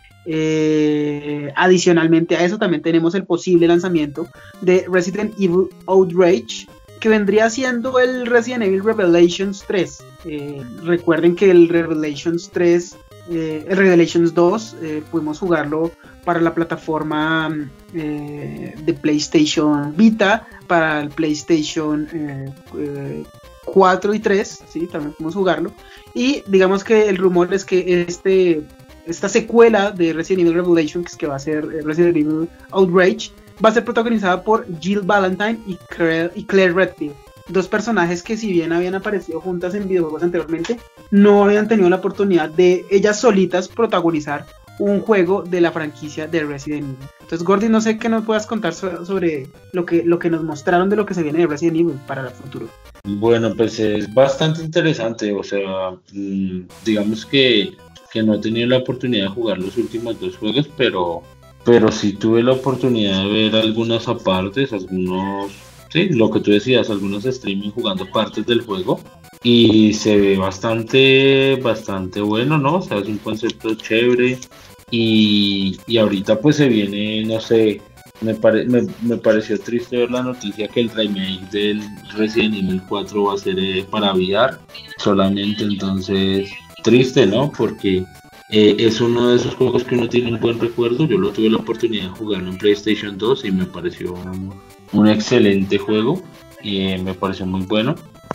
Eh, adicionalmente a eso también tenemos el posible lanzamiento de Resident Evil Outrage, que vendría siendo el Resident Evil Revelations tres. Eh, recuerden que el Revelations tres, eh, el Revelations dos, eh, pudimos jugarlo para la plataforma eh, de PlayStation Vita, para el PlayStation eh, eh, cuatro y tres, ¿sí? También pudimos jugarlo. Y digamos que el rumor es que este, esta secuela de Resident Evil Revelations, que va a ser Resident Evil Outrage, va a ser protagonizada por Jill Valentine y Claire, y Claire Redfield, dos personajes que si bien habían aparecido juntas en videojuegos anteriormente, no habían tenido la oportunidad de ellas solitas protagonizar un juego de la franquicia de Resident Evil. Entonces, Gordy, no sé qué nos puedas contar so- sobre lo que, lo que nos mostraron de lo que se viene de Resident Evil para el futuro. Bueno, pues es bastante interesante, o sea, mmm, digamos que, que no he tenido la oportunidad de jugar los últimos dos juegos, pero, pero sí tuve la oportunidad de ver algunas apartes, algunos, sí, lo que tú decías, algunos streaming jugando partes del juego, y se ve bastante, bastante bueno, ¿no? O sea, es un concepto chévere. Y, y ahorita pues se viene, no sé, me, pare, me, me pareció triste ver la noticia que el remake del Resident Evil cuatro va a ser eh, para V R solamente. Entonces, triste, ¿no? Porque eh, es uno de esos juegos que uno tiene un buen recuerdo. Yo lo tuve la oportunidad de jugarlo en PlayStation dos y me pareció un, un excelente juego y eh, me pareció muy bueno.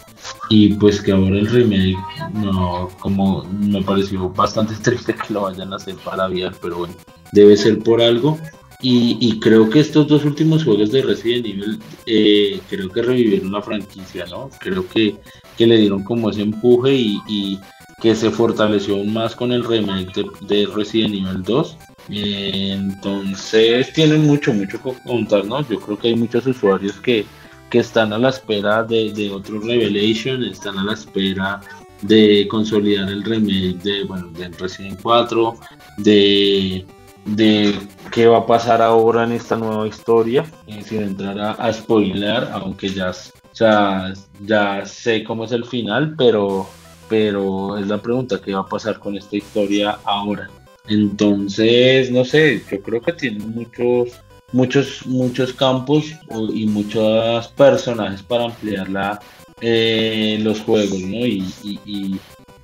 Y pues que ahora el remake, no, como me pareció bastante triste que lo vayan a hacer para V R, pero bueno, debe ser por algo. Y, y creo que estos dos últimos juegos de Resident Evil, eh, creo que revivieron la franquicia, ¿no? Creo que, que le dieron como ese empuje y, y que se fortaleció aún más con el remake de, de Resident Evil dos. Eh, entonces tienen mucho, mucho que contar, ¿no? Yo creo que hay muchos usuarios que que están a la espera de, de otro Revelation, están a la espera de consolidar el remake de, bueno, de Resident cuatro, de, de qué va a pasar ahora en esta nueva historia, eh, sin entrar a, a spoiler, aunque ya, ya, ya sé cómo es el final, pero, pero es la pregunta, ¿qué va a pasar con esta historia ahora? Entonces, no sé, yo creo que tiene muchos muchos muchos campos y muchos personajes para ampliar la, eh, los juegos, ¿no? Y, y, y,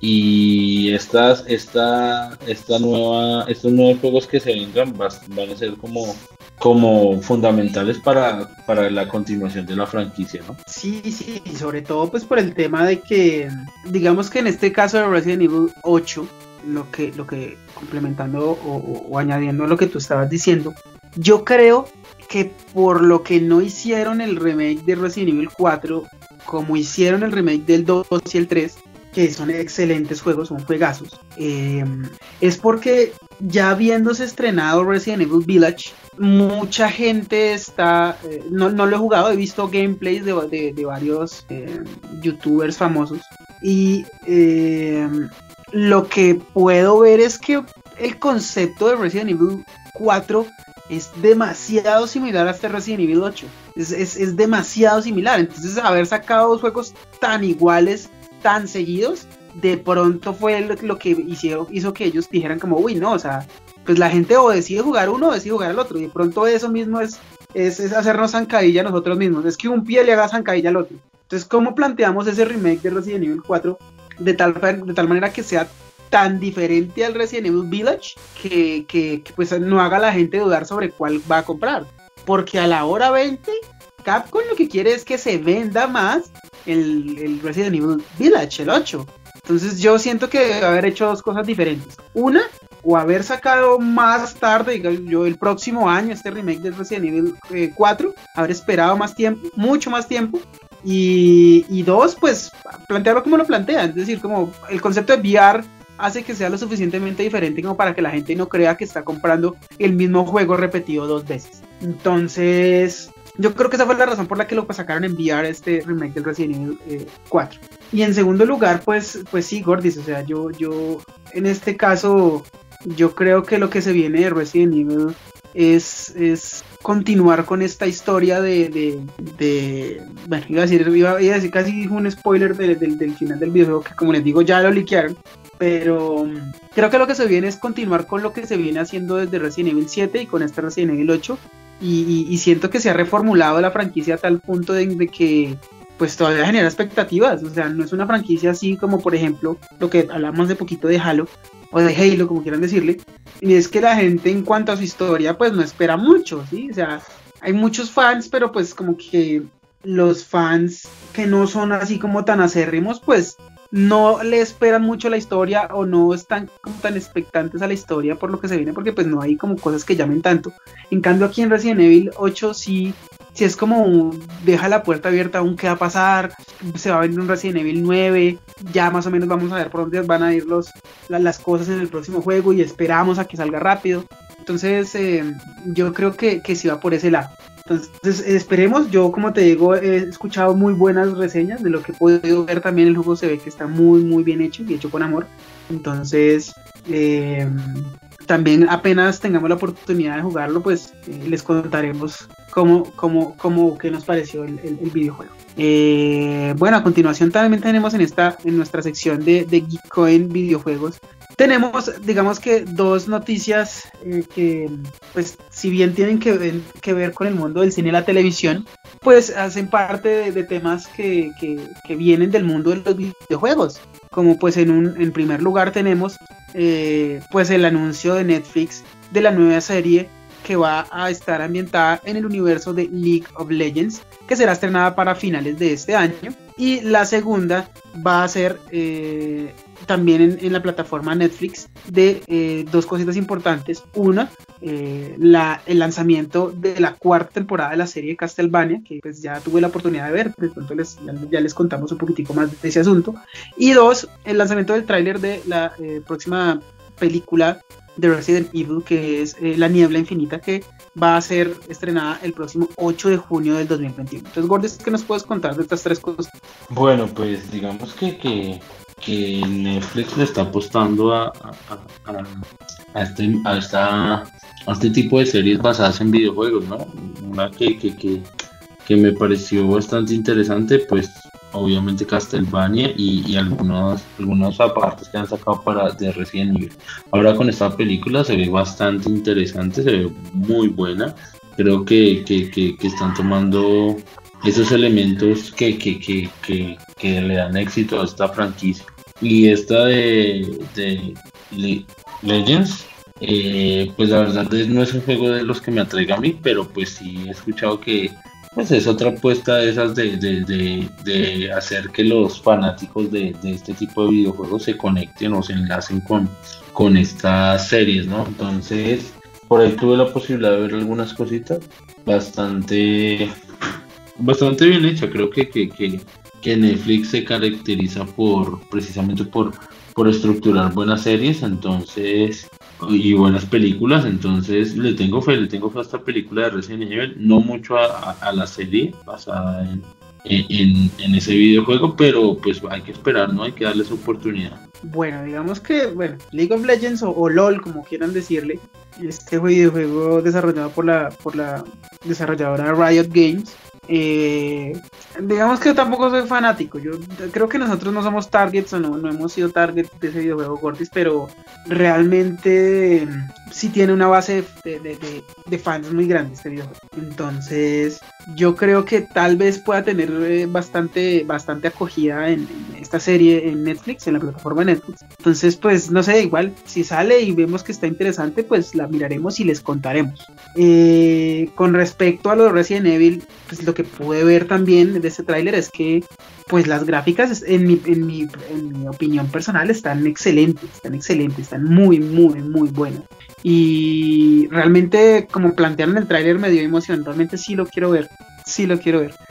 y estas esta esta nueva estos nuevos juegos que se vengan van a ser como como fundamentales para, para la continuación de la franquicia, ¿no? Sí, sí, y sobre todo pues por el tema de que, digamos que en este caso de Resident Evil ocho, lo que, lo que complementando o, o, o añadiendo a lo que tú estabas diciendo, yo creo que por lo que no hicieron el remake de Resident Evil cuatro, como hicieron el remake del dos y el tres, que son excelentes juegos, son juegazos, eh, es porque ya habiéndose estrenado Resident Evil Village, mucha gente está, eh, no, no lo he jugado, he visto gameplays de, de, de varios eh, youtubers famosos, y eh, lo que puedo ver es que el concepto de Resident Evil cuatro es demasiado similar a este Resident Evil ocho, es, es, es demasiado similar. Entonces haber sacado dos juegos tan iguales, tan seguidos, de pronto fue lo, lo que hicieron, hizo que ellos dijeran como, uy, no, o sea, pues la gente o decide jugar uno o decide jugar al otro, y de pronto eso mismo es, es, es hacernos zancadilla a nosotros mismos, es que un pie le haga zancadilla al otro. Entonces, ¿cómo planteamos ese remake de Resident Evil cuatro de tal, de tal manera que sea tan diferente al Resident Evil Village que, que, que pues no haga a la gente dudar sobre cuál va a comprar? Porque a la hora veinte, Capcom lo que quiere es que se venda más el, el Resident Evil Village, el ocho. Entonces yo siento que debe haber hecho dos cosas diferentes. Una, o haber sacado más tarde, digamos, yo el próximo año, este remake de Resident Evil eh, cuatro, haber esperado más tiempo, mucho más tiempo. Y, y dos, pues plantearlo como lo plantea, es decir, como el concepto de V R hace que sea lo suficientemente diferente como para que la gente no crea que está comprando el mismo juego repetido dos veces. Entonces, yo creo que esa fue la razón por la que lo sacaron en V R, este remake del Resident Evil eh, cuatro. Y en segundo lugar, pues, pues sí, Gordis, o sea, yo, yo en este caso, yo creo que lo que se viene de Resident Evil es, es continuar con esta historia de, de, de bueno, iba a decir, iba, iba a decir casi un spoiler de, de, del final del videojuego, que como les digo, ya lo liquearon, pero creo que lo que se viene es continuar con lo que se viene haciendo desde Resident Evil siete y con este Resident Evil ocho, y, y, y siento que se ha reformulado la franquicia a tal punto de, de que pues todavía genera expectativas. O sea, no es una franquicia así como por ejemplo lo que hablamos de poquito de Halo o de Halo, como quieran decirle, y es que la gente en cuanto a su historia pues no espera mucho, ¿sí? O sea, hay muchos fans, pero pues como que los fans que no son así como tan acérrimos pues no le esperan mucho la historia o no están como tan expectantes a la historia por lo que se viene, porque pues no hay como cosas que llamen tanto. En cambio aquí en Resident Evil ocho sí, sí es como deja la puerta abierta aún qué va a pasar, se va a venir un Resident Evil nueve, ya más o menos vamos a ver por dónde van a ir los, la, las cosas en el próximo juego y esperamos a que salga rápido. Entonces eh, yo creo que, que sí va por ese lado. Entonces esperemos, yo como te digo he escuchado muy buenas reseñas de lo que he podido ver, también el juego se ve que está muy muy bien hecho y hecho con amor. Entonces eh, también apenas tengamos la oportunidad de jugarlo pues eh, les contaremos cómo, cómo, cómo qué nos pareció el, el, el videojuego. Eh, bueno, a continuación también tenemos en esta en nuestra sección de, de Geekcoin videojuegos, tenemos digamos que dos noticias eh, que pues si bien tienen que ver, que ver con el mundo del cine y la televisión, pues hacen parte de, de temas que, que, que vienen del mundo de los videojuegos, como pues en un en primer lugar tenemos eh, pues el anuncio de Netflix de la nueva serie que va a estar ambientada en el universo de League of Legends, que será estrenada para finales de este año, y la segunda va a ser eh, también en, en la plataforma Netflix de eh, dos cositas importantes. Una, eh, la, el lanzamiento de la cuarta temporada de la serie Castlevania, que pues ya tuve la oportunidad de ver, de pronto les, ya, ya les contamos un poquitico más de ese asunto. Y dos, el lanzamiento del tráiler de la eh, próxima película de Resident Evil, que es eh, La Niebla Infinita, que va a ser estrenada el próximo ocho de junio del dos mil veintiuno. Entonces, Gordes, ¿qué nos puedes contar de estas tres cosas? Bueno, pues digamos que, que, que Netflix le está apostando a, a, a, a, este, a, esta, a este tipo de series basadas en videojuegos, ¿no? Una que, que, que, que me pareció bastante interesante, pues obviamente Castlevania y, y algunos, algunos apartes que han sacado para de Resident Evil. Ahora con esta película se ve bastante interesante, se ve muy buena. Creo que, que, que, que están tomando esos elementos que, que, que, que, que le dan éxito a esta franquicia. Y esta de, de Le- Legends, eh, pues la verdad no es un juego de los que me atraiga a mí, pero pues sí he escuchado que pues es otra apuesta de esas de, de, de, de hacer que los fanáticos de, de este tipo de videojuegos se conecten o se enlacen con, con estas series, ¿no? Entonces, por ahí tuve la posibilidad de ver algunas cositas bastante, bastante bien hechas. Creo que, que, que, que Netflix se caracteriza por precisamente por, por estructurar buenas series, entonces, y buenas películas. Entonces le tengo fe, le tengo fe a esta película de Resident Evil, no mucho a, a, a la serie basada en, en, en, en ese videojuego, pero pues hay que esperar, ¿no? Hay que darles oportunidad. Bueno, digamos que, bueno, League of Legends o, o LOL, como quieran decirle, este videojuego desarrollado por la, por la desarrolladora Riot Games, eh, digamos que yo tampoco soy fanático. Yo creo que nosotros no somos targets o no, no hemos sido targets de ese videojuego, Gordis, pero realmente eh, sí tiene una base de, de, de, de fans muy grande este videojuego. Entonces yo creo que tal vez pueda tener eh, bastante, bastante acogida en, en esta serie en Netflix, en la plataforma de Netflix. Entonces pues no sé, igual si sale y vemos que está interesante, pues la miraremos y les contaremos. Eh, con respecto a lo de Resident Evil, pues lo que pude ver también de este tráiler es que pues las gráficas en mi, en, mi, en mi opinión personal están excelentes, están excelentes, están muy muy muy buenas. Y realmente como plantearon el tráiler me dio emoción, realmente sí lo quiero ver, sí lo quiero ver.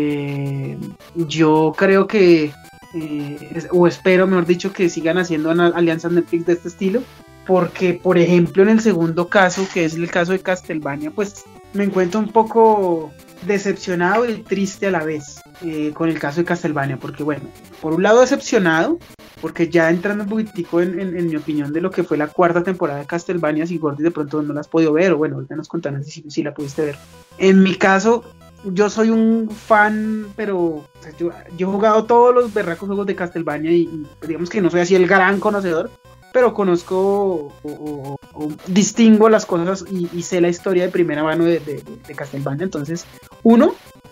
Eh, yo creo que, eh, o espero mejor dicho, que sigan haciendo alianzas Netflix de este estilo, porque por ejemplo en el segundo caso, que es el caso de Castlevania, pues me encuentro un poco decepcionado y triste a la vez eh, con el caso de Castlevania, porque bueno, por un lado decepcionado, porque ya entrando un poquitico en, en, en mi opinión de lo que fue la cuarta temporada de Castlevania, si Gordy de pronto no la has podido ver, o bueno, ahorita nos contarán si, si la pudiste ver. En mi caso, yo soy un fan, pero o sea, yo, yo he jugado todos los berracos juegos de Castlevania y, y digamos que no soy así el gran conocedor, pero conozco o, o, o distingo las cosas y, y sé la historia de primera mano de, de, de Castlevania. Entonces, uno,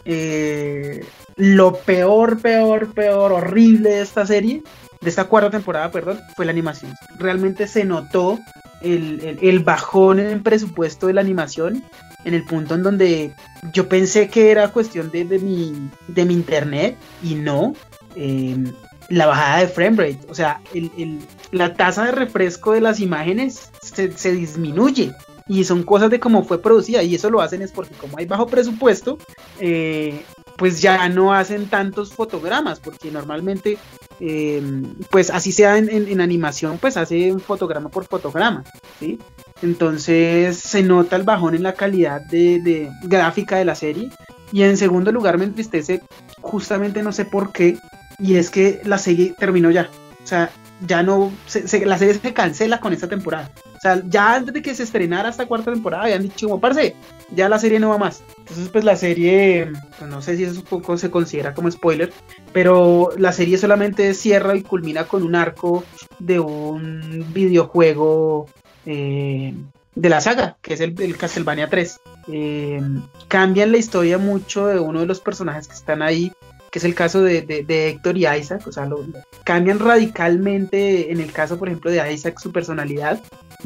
eh, lo peor, peor, peor, horrible de esta serie, de esta cuarta temporada, perdón, fue la animación. Realmente se notó el, el, el bajón en el presupuesto de la animación, en el punto en donde yo pensé que era cuestión de, de, mi, de mi internet, y no. Eh, la bajada de frame rate, o sea, el, el, la tasa de refresco de las imágenes se, se disminuye, y son cosas de cómo fue producida, y eso lo hacen es porque como hay bajo presupuesto, eh, pues ya no hacen tantos fotogramas, porque normalmente eh, pues así sea en, en, en animación, pues hace un fotograma por fotograma, ¿sí? Entonces se nota el bajón en la calidad de, de gráfica de la serie. Y en segundo lugar me entristece, justamente no sé por qué, y es que la serie terminó ya. O sea, ya no, se, se, la serie se cancela con esta temporada. O sea, ya antes de que se estrenara esta cuarta temporada habían dicho, como parce, ya la serie no va más. Entonces pues la serie, pues, no sé si eso un poco se considera como spoiler, pero la serie solamente cierra y culmina con un arco de un videojuego eh, de la saga, que es el, el Castlevania tres. Eh, cambian la historia mucho de uno de los personajes que están ahí, que es el caso de, de, de Héctor y Isaac. O sea, lo, cambian radicalmente en el caso, por ejemplo, de Isaac, su personalidad,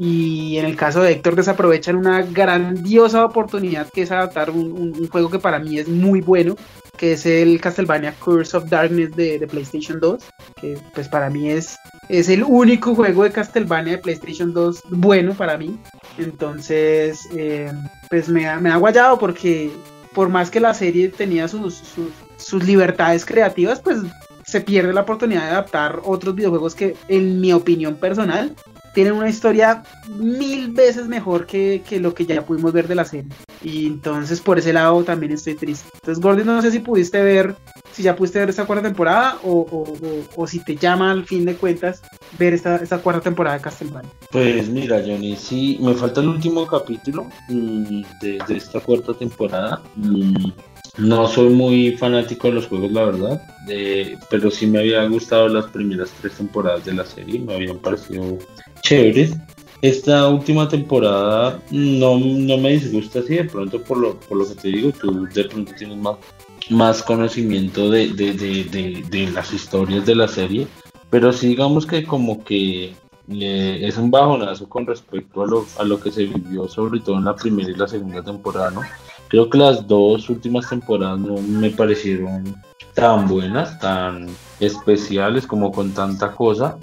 y en el caso de Héctor desaprovechan una grandiosa oportunidad que es adaptar un, un, un juego que para mí es muy bueno, que es el Castlevania Curse of Darkness de, de PlayStation dos, que pues para mí es, es el único juego de Castlevania de PlayStation dos bueno para mí. Entonces eh, pues me ha, me ha guayado, porque por más que la serie tenía sus, sus, sus libertades creativas, pues se pierde la oportunidad de adaptar otros videojuegos que, en mi opinión personal, tienen una historia mil veces mejor que, que lo que ya pudimos ver de la serie. Y entonces por ese lado también estoy triste. Entonces, Gordy, no sé si pudiste ver, si ya pudiste ver esta cuarta temporada, o, o, o, o si te llama al fin de cuentas ver esta, esta cuarta temporada de Castlevania. Pues mira, Johnny, sí, me falta el último capítulo mmm, de, de esta cuarta temporada. Mmm, no soy muy fanático de los juegos, la verdad, de, pero sí me había gustado las primeras tres temporadas de la serie, me habían parecido chéveres. Esta última temporada no, no me disgusta así, de pronto por lo, por lo que te digo, tú de pronto tienes más, más conocimiento de, de, de, de, de las historias de la serie, pero sí digamos que como que eh, es un bajonazo con respecto a lo, a lo que se vivió, sobre todo en la primera y la segunda temporada, ¿no? Creo que las dos últimas temporadas no me parecieron tan buenas, tan especiales, como con tanta cosa.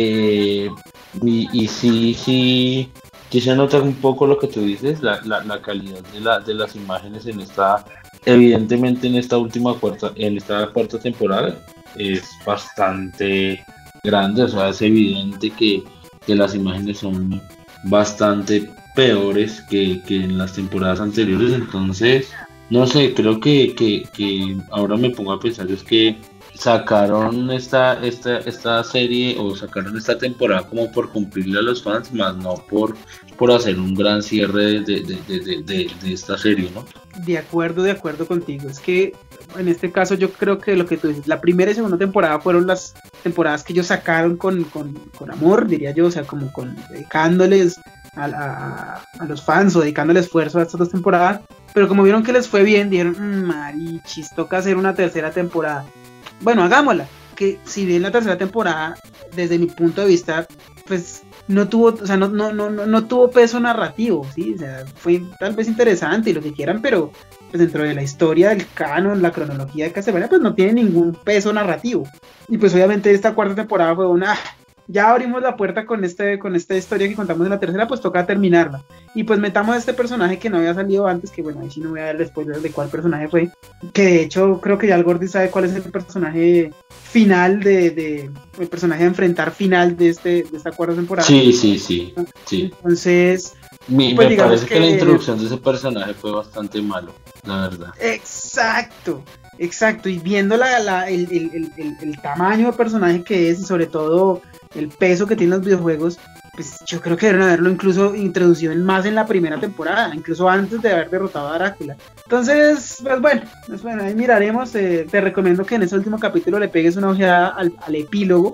Eh, y, y sí, sí, sí se nota un poco lo que tú dices, la, la, la calidad de, la, de las imágenes en esta, evidentemente en esta última cuarta, en esta cuarta temporada es bastante grande, o sea, es evidente que, que las imágenes son bastante peores que, que en las temporadas anteriores. Entonces no sé, creo que, que, que ahora me pongo a pensar es que sacaron esta, esta, esta serie o sacaron esta temporada como por cumplirle a los fans, más no por, por hacer un gran cierre de, de, de, de, de, de esta serie, ¿no? De acuerdo, de acuerdo contigo. Es que en este caso yo creo que lo que tú dices, la primera y segunda temporada fueron las temporadas que ellos sacaron con, con, con amor, diría yo, o sea, como con dedicándoles a, a, a los fans o dedicándole esfuerzo a estas dos temporadas, pero como vieron que les fue bien, dijeron, mmm, marichis, toca hacer una tercera temporada. Bueno, hagámosla, que si bien la tercera temporada, desde mi punto de vista, pues no tuvo, o sea, no, no, no, no tuvo peso narrativo, ¿sí? O sea, fue tal vez interesante y lo que quieran, pero pues dentro de la historia, del canon, la cronología de Castlevania, pues no tiene ningún peso narrativo. Y pues obviamente esta cuarta temporada fue una... Ya abrimos la puerta con este con esta historia que contamos en la tercera, pues toca terminarla. Y pues metamos a este personaje que no había salido antes, que bueno, ahí sí no voy a dar spoilers de cuál personaje fue. Que de hecho creo que ya el Gordy sabe cuál es el personaje final de, de el personaje a enfrentar final de este de esta cuarta temporada. Sí, sí, sí, sí. Entonces, Mi, pues me parece que... que la introducción de ese personaje fue bastante malo, la verdad. Exacto. Exacto, y viendo la, la, el, el, el, el tamaño de personaje que es y sobre todo el peso que tienen los videojuegos, pues yo creo que deben haberlo incluso introducido en más en la primera temporada, incluso antes de haber derrotado a Drácula. Entonces, pues bueno, pues bueno ahí miraremos. Eh, te recomiendo que en ese último capítulo le pegues una ojeada al, al epílogo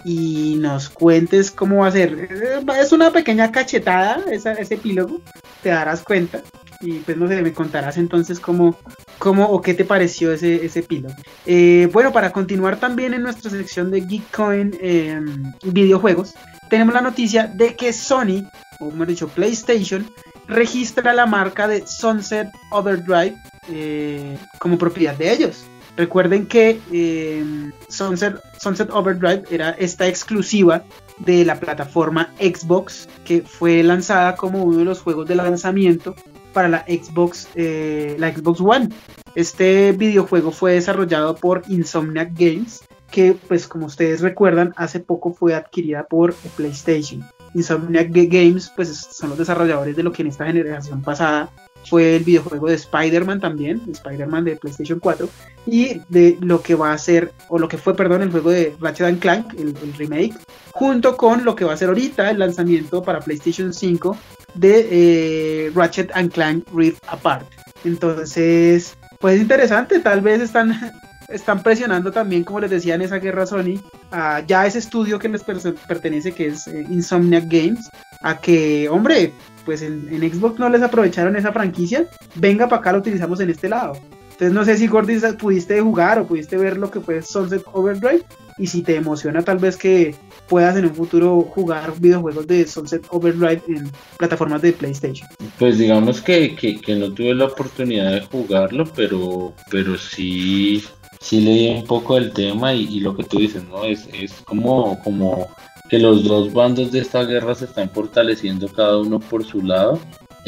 y nos cuentes cómo va a ser. Es una pequeña cachetada esa, ese epílogo, te darás cuenta. Y pues no sé, me contarás entonces cómo, cómo o qué te pareció ese, ese epílogo. Eh, bueno, para continuar también en nuestra sección de Geekcoin eh, videojuegos, tenemos la noticia de que Sony, o mejor dicho PlayStation, registra la marca de Sunset Overdrive eh, como propiedad de ellos. Recuerden que eh, Sunset, Sunset Overdrive era esta exclusiva de la plataforma Xbox, que fue lanzada como uno de los juegos de lanzamiento para la Xbox, eh, la Xbox One. Este videojuego fue desarrollado por Insomniac Games, que pues como ustedes recuerdan, hace poco fue adquirida por PlayStation. Insomniac Games pues son los desarrolladores de lo que en esta generación pasada fue el videojuego de Spider-Man también, Spider-Man de PlayStation cuatro, y de lo que va a ser, o lo que fue, perdón, el juego de Ratchet and Clank, el, el remake, junto con lo que va a ser ahorita el lanzamiento para PlayStation cinco de eh, Ratchet and Clank Rift Apart. Entonces, pues interesante, tal vez están, están presionando también, como les decía en esa guerra Sony, a ya ese estudio que les per- pertenece, que es eh, Insomniac Games, a que, hombre, pues en, en Xbox no les aprovecharon esa franquicia, venga para acá, lo utilizamos en este lado. Entonces no sé si Gordy pudiste jugar o pudiste ver lo que fue Sunset Overdrive, y si te emociona tal vez que puedas en un futuro jugar videojuegos de Sunset Overdrive en plataformas de PlayStation. Pues digamos que, que, que no tuve la oportunidad de jugarlo, pero, pero sí, sí leí un poco del tema y, y lo que tú dices, ¿no? Es, es como, como que los dos bandos de esta guerra se están fortaleciendo cada uno por su lado.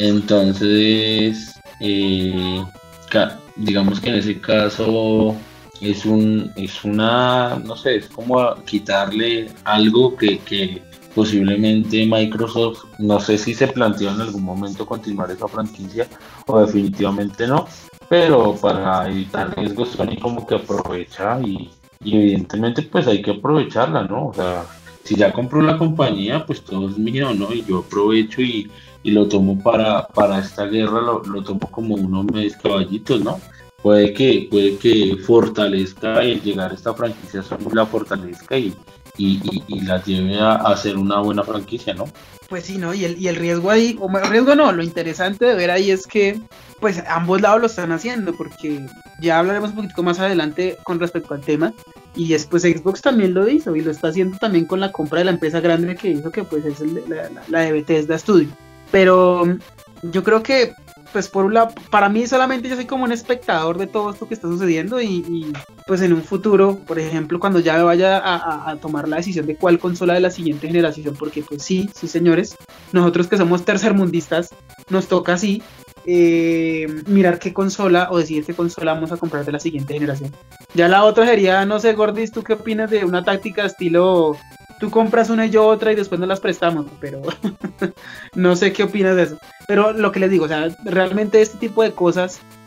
Entonces, eh, ca- digamos que en ese caso es un es una, no sé, es como quitarle algo que, que posiblemente Microsoft, no sé si se planteó en algún momento continuar esa franquicia o definitivamente no, pero para evitar riesgos Sony como que aprovecha y, y evidentemente pues hay que aprovecharla, ¿no? O sea, si ya compró la compañía, pues todo es mío, ¿no? Y yo aprovecho y, y lo tomo para, para esta guerra, lo, lo tomo como uno de mis caballitos, ¿no? Puede que, puede que fortalezca el llegar a esta franquicia, Sony la fortalezca y, y, y, y la lleve a, a ser una buena franquicia, ¿no? Pues sí, ¿no? Y el, y el riesgo ahí, o el riesgo no, lo interesante de ver ahí es que pues ambos lados lo están haciendo, porque ya hablaremos un poquito más adelante con respecto al tema, y después Xbox también lo hizo, y lo está haciendo también con la compra de la empresa grande que hizo, que pues es el, la, la, la de Bethesda Studio. Pero yo creo que pues por un lado, para mí solamente yo soy como un espectador de todo esto que está sucediendo, y, y pues en un futuro, por ejemplo, cuando ya vaya a, a, a tomar la decisión de cuál consola de la siguiente generación, porque pues sí, sí señores, nosotros que somos tercermundistas, nos toca así, eh, mirar qué consola o decidir qué consola vamos a comprar de la siguiente generación. Ya la otra sería, no sé, Gordis, ¿tú qué opinas de una táctica estilo... Tú compras una y yo otra y después nos las prestamos, pero no sé qué opinas de eso. Pero lo que les digo, o sea, realmente este tipo de cosas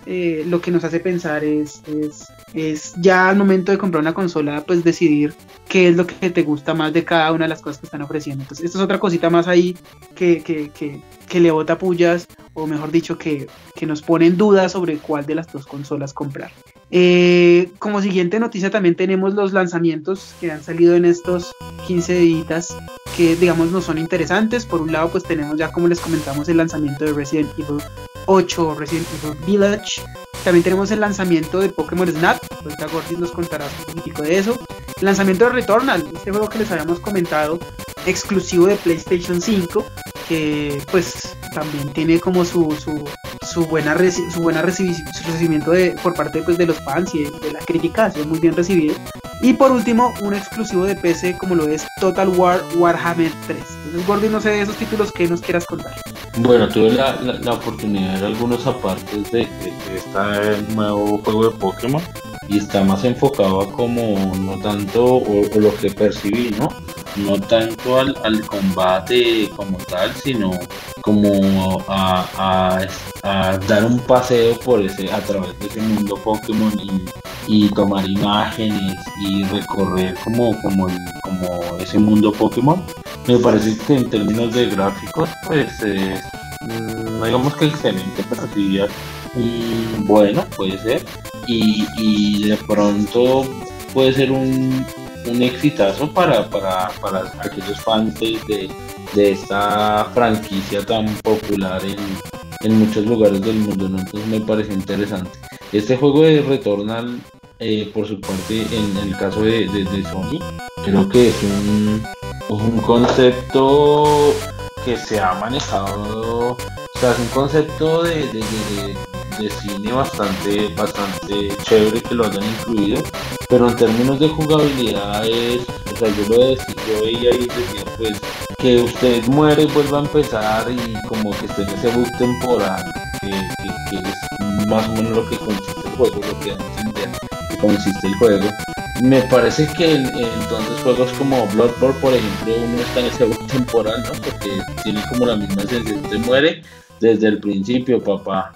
eh, lo que nos hace pensar es, es, es ya al momento de comprar una consola, pues decidir qué es lo que te gusta más de cada una de las cosas que están ofreciendo. Entonces, esto es otra cosita más ahí que, que, que, que le bota pullas, o mejor dicho, que, que nos pone en duda sobre cuál de las dos consolas comprar. Eh, como siguiente noticia también tenemos los lanzamientos que han salido en estos quince días que digamos no son interesantes. Por un lado pues tenemos ya, como les comentamos, el lanzamiento de Resident Evil ocho, Resident Evil Village. También tenemos el lanzamiento de Pokémon Snap, ahorita Gordis nos contará un poquito de eso. El lanzamiento de Returnal, este juego que les habíamos comentado, exclusivo de PlayStation cinco, que pues también tiene como su, su, su buena reci- su buena recibi- su recibimiento de, por parte pues, de los fans y de, de la crítica, ha sido muy bien recibido. Y por último, un exclusivo de P C como lo es Total War Warhammer tres. Entonces, Gordy, no sé de esos títulos que nos quieras contar. Bueno, tuve la, la, la oportunidad de ver algunos apartes de, de, de este nuevo juego de Pokémon y está más enfocado a como no tanto, o, o lo que percibí, ¿no? No tanto al, al combate como tal, sino como a, a, a dar un paseo por ese, a través de ese mundo Pokémon y, y tomar imágenes y recorrer como, como, el, como ese mundo Pokémon. Me parece que en términos de gráficos, pues eh, no digamos que excelente, pero sí mm, bueno, puede ser. Y, y de pronto puede ser un, un exitazo para, para, para aquellos fans de, de, de esta franquicia tan popular en, en muchos lugares del mundo, ¿no? Entonces me parece interesante. Este juego de Returnal, eh, por su parte, en, en el caso de, de, de Sony, creo que es un, un concepto que se ha manejado, o sea, es un concepto de, de, de, de cine bastante, bastante chévere que lo hayan incluido, pero en términos de jugabilidad es, o sea, yo lo decía, yo veía y decía pues que usted muere y vuelva a empezar y como que esté en ese bug temporal, que, que, que es más o menos lo que consiste el juego, lo que da a entender que consiste el juego. Me parece que en, entonces juegos como Bloodborne, por ejemplo, uno está en ese bug temporal, ¿no? Porque tiene como la misma sensación, te muere desde el principio, papá.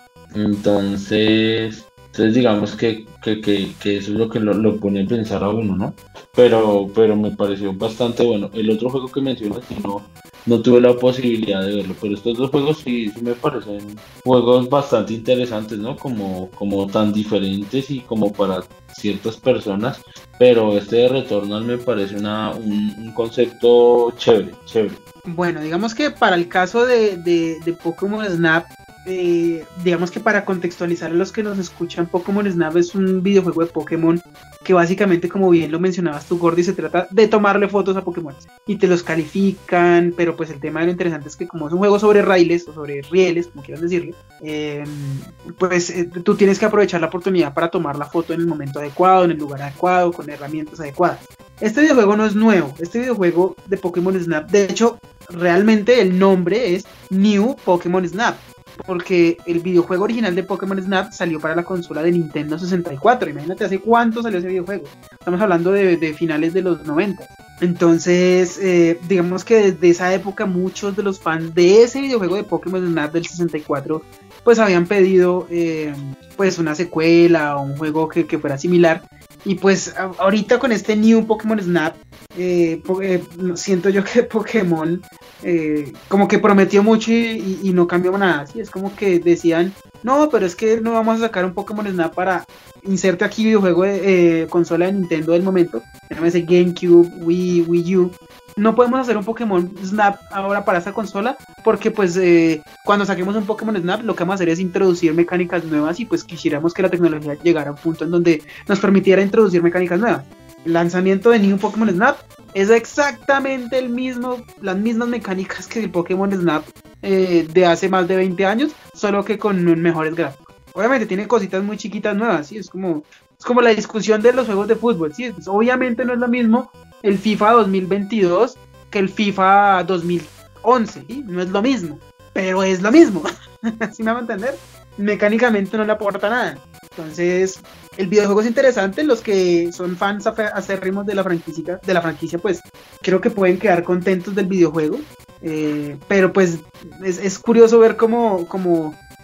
Entonces, entonces digamos que, que, que, que eso es lo que lo, lo pone a pensar a uno, ¿no? Pero, pero me pareció bastante bueno. El otro juego que mencionas, si no, no tuve la posibilidad de verlo, pero estos dos juegos sí, sí me parecen juegos bastante interesantes, ¿no? Como, como tan diferentes y como para ciertas personas, pero este de Returnal me parece una, un, un concepto chévere, chévere. Bueno, digamos que para el caso de, de, de Pokémon Snap, eh, digamos que para contextualizar a los que nos escuchan, Pokémon Snap es un videojuego de Pokémon que básicamente, como bien lo mencionabas tú, Gordy, se trata de tomarle fotos a Pokémon y te los califican, pero pues el tema de lo interesante es que como es un juego sobre raíles o sobre rieles, como quieras decirle, eh, pues eh, tú tienes que aprovechar la oportunidad para tomar la foto en el momento adecuado, en el lugar adecuado, con herramientas adecuadas. Este videojuego no es nuevo, este videojuego de Pokémon Snap, de hecho, realmente el nombre es New Pokémon Snap, porque el videojuego original de Pokémon Snap salió para la consola de Nintendo sesenta y cuatro. Imagínate hace cuánto salió ese videojuego. Estamos hablando de, de finales de los noventa. Entonces, eh, digamos que desde esa época muchos de los fans de ese videojuego de Pokémon Snap del sesenta y cuatro pues habían pedido eh, pues una secuela o un juego que, que fuera similar. Y pues a, ahorita con este New Pokémon Snap, eh, po- eh, siento yo que Pokémon eh, como que prometió mucho y, y no cambió nada. ¿Sí? Es como que decían, no, pero es que no vamos a sacar un Pokémon Snap para inserte aquí videojuego de eh, consola de Nintendo del momento, llámese GameCube, Wii, Wii U. No podemos hacer un Pokémon Snap ahora para esta consola porque pues eh, cuando saquemos un Pokémon Snap lo que vamos a hacer es introducir mecánicas nuevas y pues quisiéramos que la tecnología llegara a un punto en donde nos permitiera introducir mecánicas nuevas. El lanzamiento de New Pokémon Snap es exactamente el mismo, las mismas mecánicas que el Pokémon Snap eh, de hace más de veinte años, solo que con mejores gráficos. Obviamente tiene cositas muy chiquitas nuevas, ¿sí? Es como, es como la discusión de los juegos de fútbol, ¿sí? Pues obviamente no es lo mismo el FIFA dos mil veintidós que el FIFA dos mil once, ¿sí? No es lo mismo, pero es lo mismo. ¿Sí me van a entender? Mecánicamente no le aporta nada. Entonces, el videojuego es interesante. Los que son fans acérrimos de la franquicia, de la franquicia, pues creo que pueden quedar contentos del videojuego. Eh, pero pues es, es curioso ver cómo, cómo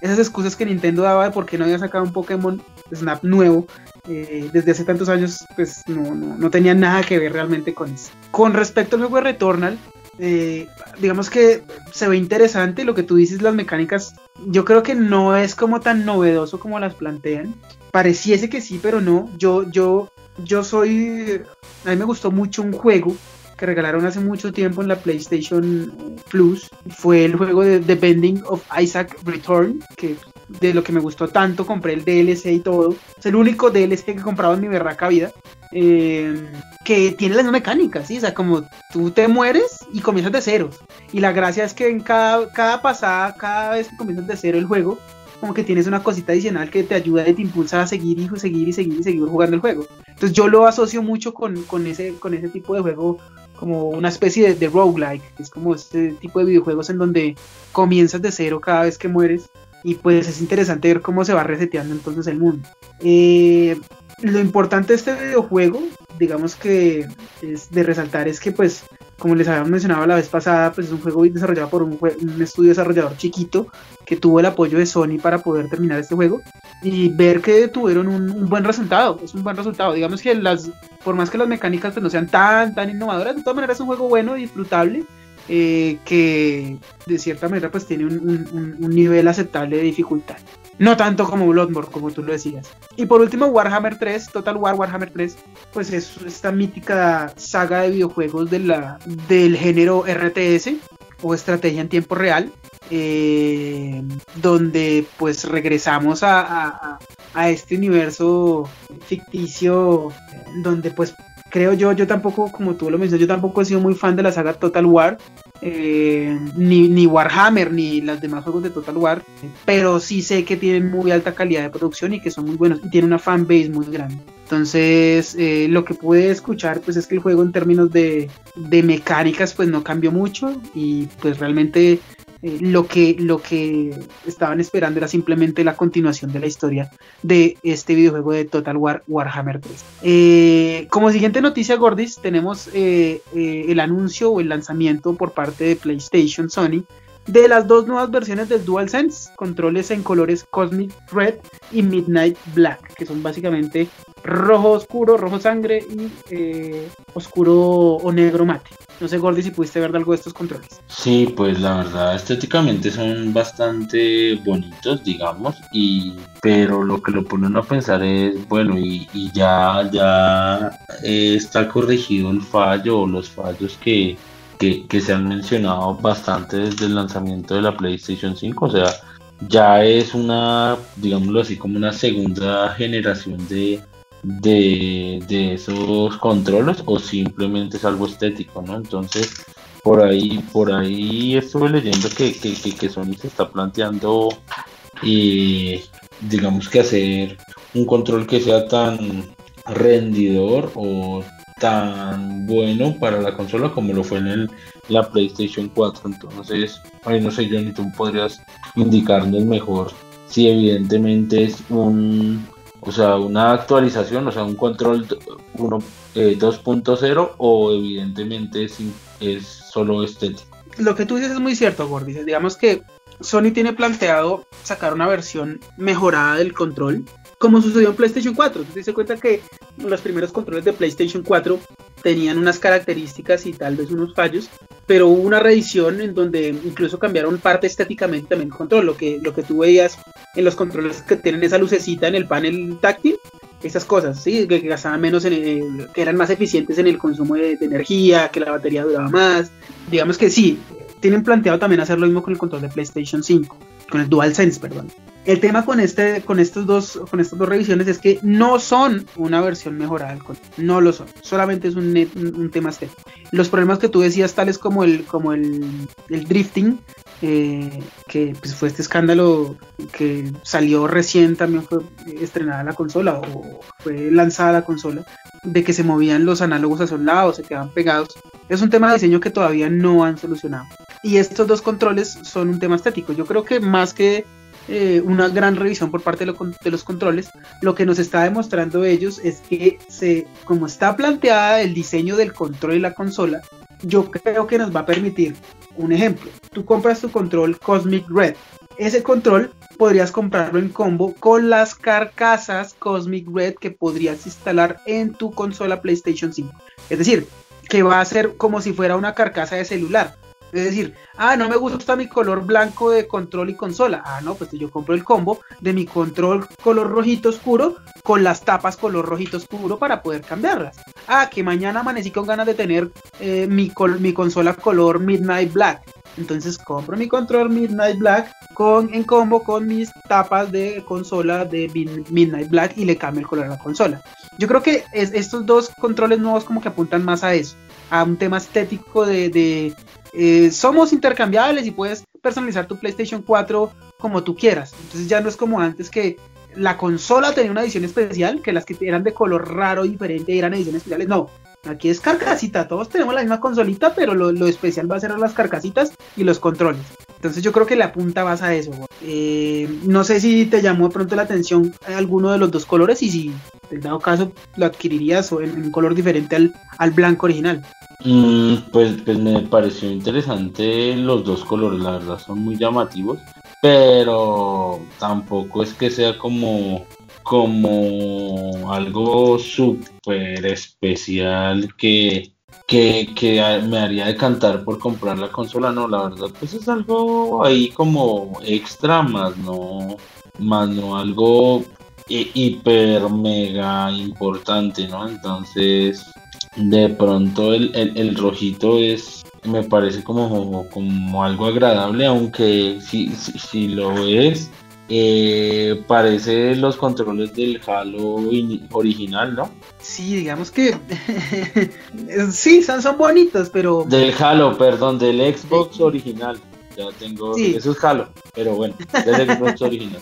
esas excusas que Nintendo daba de por qué no había sacado un Pokémon Snap nuevo eh, desde hace tantos años, pues no, no, no tenían nada que ver realmente con eso. Con respecto al juego de Returnal, eh, digamos que se ve interesante lo que tú dices, las mecánicas, yo creo que no es como tan novedoso como las plantean, pareciese que sí, pero no, yo, yo, yo soy, a mí me gustó mucho un juego que regalaron hace mucho tiempo en la PlayStation Plus, fue el juego de The Binding of Isaac Return, que de lo que me gustó tanto, compré el D L C y todo, es el único D L C que he comprado en mi berraca vida, eh, que tiene las mecánicas, ¿sí? O sea, como tú te mueres y comienzas de cero, y la gracia es que en cada, cada pasada, cada vez que comienzas de cero el juego, como que tienes una cosita adicional que te ayuda y te impulsa a seguir y seguir y seguir y seguir jugando el juego. Entonces yo lo asocio mucho con, con, ese, con ese tipo de juego, como una especie de, de roguelike, que es como este tipo de videojuegos en donde comienzas de cero cada vez que mueres, y pues es interesante ver cómo se va reseteando entonces el mundo. Eh, lo importante de este videojuego, digamos que es de resaltar, es que pues, como les habíamos mencionado la vez pasada, pues es un juego desarrollado por un, un estudio desarrollador chiquito que tuvo el apoyo de Sony para poder terminar este juego y ver que tuvieron un, un buen resultado, es un buen resultado, digamos que las, por más que las mecánicas pues no sean tan, tan innovadoras, de todas maneras es un juego bueno y disfrutable, eh, que de cierta manera pues tiene un, un, un nivel aceptable de dificultad. No tanto como Bloodborne, como tú lo decías. Y por último, Warhammer tres, Total War Warhammer tres, pues es esta mítica saga de videojuegos de la, del género R T S, o estrategia en tiempo real, eh, donde pues regresamos a, a, a este universo ficticio, donde pues creo yo, yo tampoco, como tú lo mencionas, yo tampoco he sido muy fan de la saga Total War, eh, ni, ni Warhammer, ni los demás juegos de Total War, pero sí sé que tienen muy alta calidad de producción y que son muy buenos, y tienen una fanbase muy grande. Entonces, eh, lo que pude escuchar, pues es que el juego en términos de, de mecánicas, pues no cambió mucho, y pues realmente eh, lo que, lo que estaban esperando era simplemente la continuación de la historia de este videojuego de Total War Warhammer tres. Eh, como siguiente noticia, Gordis, tenemos eh, eh, el anuncio o el lanzamiento por parte de PlayStation Sony de las dos nuevas versiones del DualSense, controles en colores Cosmic Red y Midnight Black, que son básicamente rojo oscuro, rojo sangre y eh, oscuro o negro mate. No sé, Gordy, si pudiste ver algo de estos controles. Sí, pues la verdad, estéticamente son bastante bonitos, digamos, y pero lo que lo ponen a pensar es, bueno, y, y ya, ya eh, está corregido el fallo o los fallos que Que, que se han mencionado bastante desde el lanzamiento de la PlayStation cinco, o sea, ya es una, digámoslo así, como una segunda generación de, de, de esos controles, o simplemente es algo estético, ¿no? Entonces, por ahí, por ahí estuve leyendo que, que, que, que Sony se está planteando, eh, digamos que hacer un control que sea tan rendidor o tan bueno para la consola como lo fue en el, la PlayStation cuatro. Entonces, ay, no sé, Johnny, tú podrías indicarnos mejor si evidentemente es un, o sea, una actualización, o sea, un control uno, eh, dos punto cero, o evidentemente es, es solo estético. Lo que tú dices es muy cierto, Gordy. Digamos que Sony tiene planteado sacar una versión mejorada del control, como sucedió en PlayStation cuatro. Te das cuenta que los primeros controles de PlayStation cuatro tenían unas características y tal vez unos fallos, pero hubo una reedición en donde incluso cambiaron parte estéticamente también el control. Lo que, lo que tú veías en los controles que tienen esa lucecita en el panel táctil, esas cosas, ¿sí? que, que gastaban menos, en el, que eran más eficientes en el consumo de, de energía, que la batería duraba más. Digamos que sí, tienen planteado también hacer lo mismo con el control de PlayStation cinco, con el DualSense, perdón. El tema con este, con estos dos, con estas dos revisiones es que no son una versión mejorada del control, no lo son, solamente es un, un, un tema estético. Los problemas que tú decías, tales como el, como el, el drifting, eh, que pues fue este escándalo que salió recién, también fue estrenada la consola o fue lanzada la consola, de que se movían los análogos a sus lados, se quedaban pegados. Es un tema de diseño que todavía no han solucionado. Y estos dos controles son un tema estético. Yo creo que más que Eh, una gran revisión por parte de, lo, de los controles, lo que nos está demostrando ellos es que se, como está planteada el diseño del control y la consola, yo creo que nos va a permitir, un ejemplo, tú compras tu control Cosmic Red ese control podrías comprarlo en combo con las carcasas Cosmic Red que podrías instalar en tu consola PlayStation cinco. Es decir, que va a ser como si fuera una carcasa de celular. Es decir, ah, no me gusta mi color blanco de control y consola. Ah, no, pues yo compro el combo de mi control color rojito oscuro con las tapas color rojito oscuro para poder cambiarlas. Ah, que mañana amanecí con ganas de tener eh, mi, col- mi consola color Midnight Black. Entonces compro mi control Midnight Black con, en combo con mis tapas de consola de Midnight Black y le cambio el color a la consola. Yo creo que es, estos dos controles nuevos como que apuntan más a eso, a un tema estético de... de eh, somos intercambiables y puedes personalizar tu PlayStation cuatro como tú quieras. Entonces ya no es como antes que la consola tenía una edición especial, que las que eran de color raro diferente eran ediciones especiales. No, aquí es carcasita, todos tenemos la misma consolita, pero lo, lo especial va a ser las carcasitas y los controles. Entonces yo creo que le apunta más a eso. Eh, no sé si te llamó de pronto la atención alguno de los dos colores y si en dado caso lo adquirirías o en, en un color diferente al, al blanco original. Mm, pues, pues me pareció interesante los dos colores, la verdad son muy llamativos, pero tampoco es que sea como, como algo súper especial que, que, que me haría decantar por comprar la consola. No, la verdad pues es algo ahí como extra, más no, más no algo hi- hiper mega importante, ¿no? Entonces de pronto el, el, el rojito es, me parece como, como algo agradable, aunque si, si, si lo ves, eh, parece los controles del Halo in- original, ¿no? Sí, digamos que sí, son, son bonitos, pero... Del Halo, perdón, del Xbox original. Ya tengo, Sí. eso es Halo, pero bueno, del Xbox original.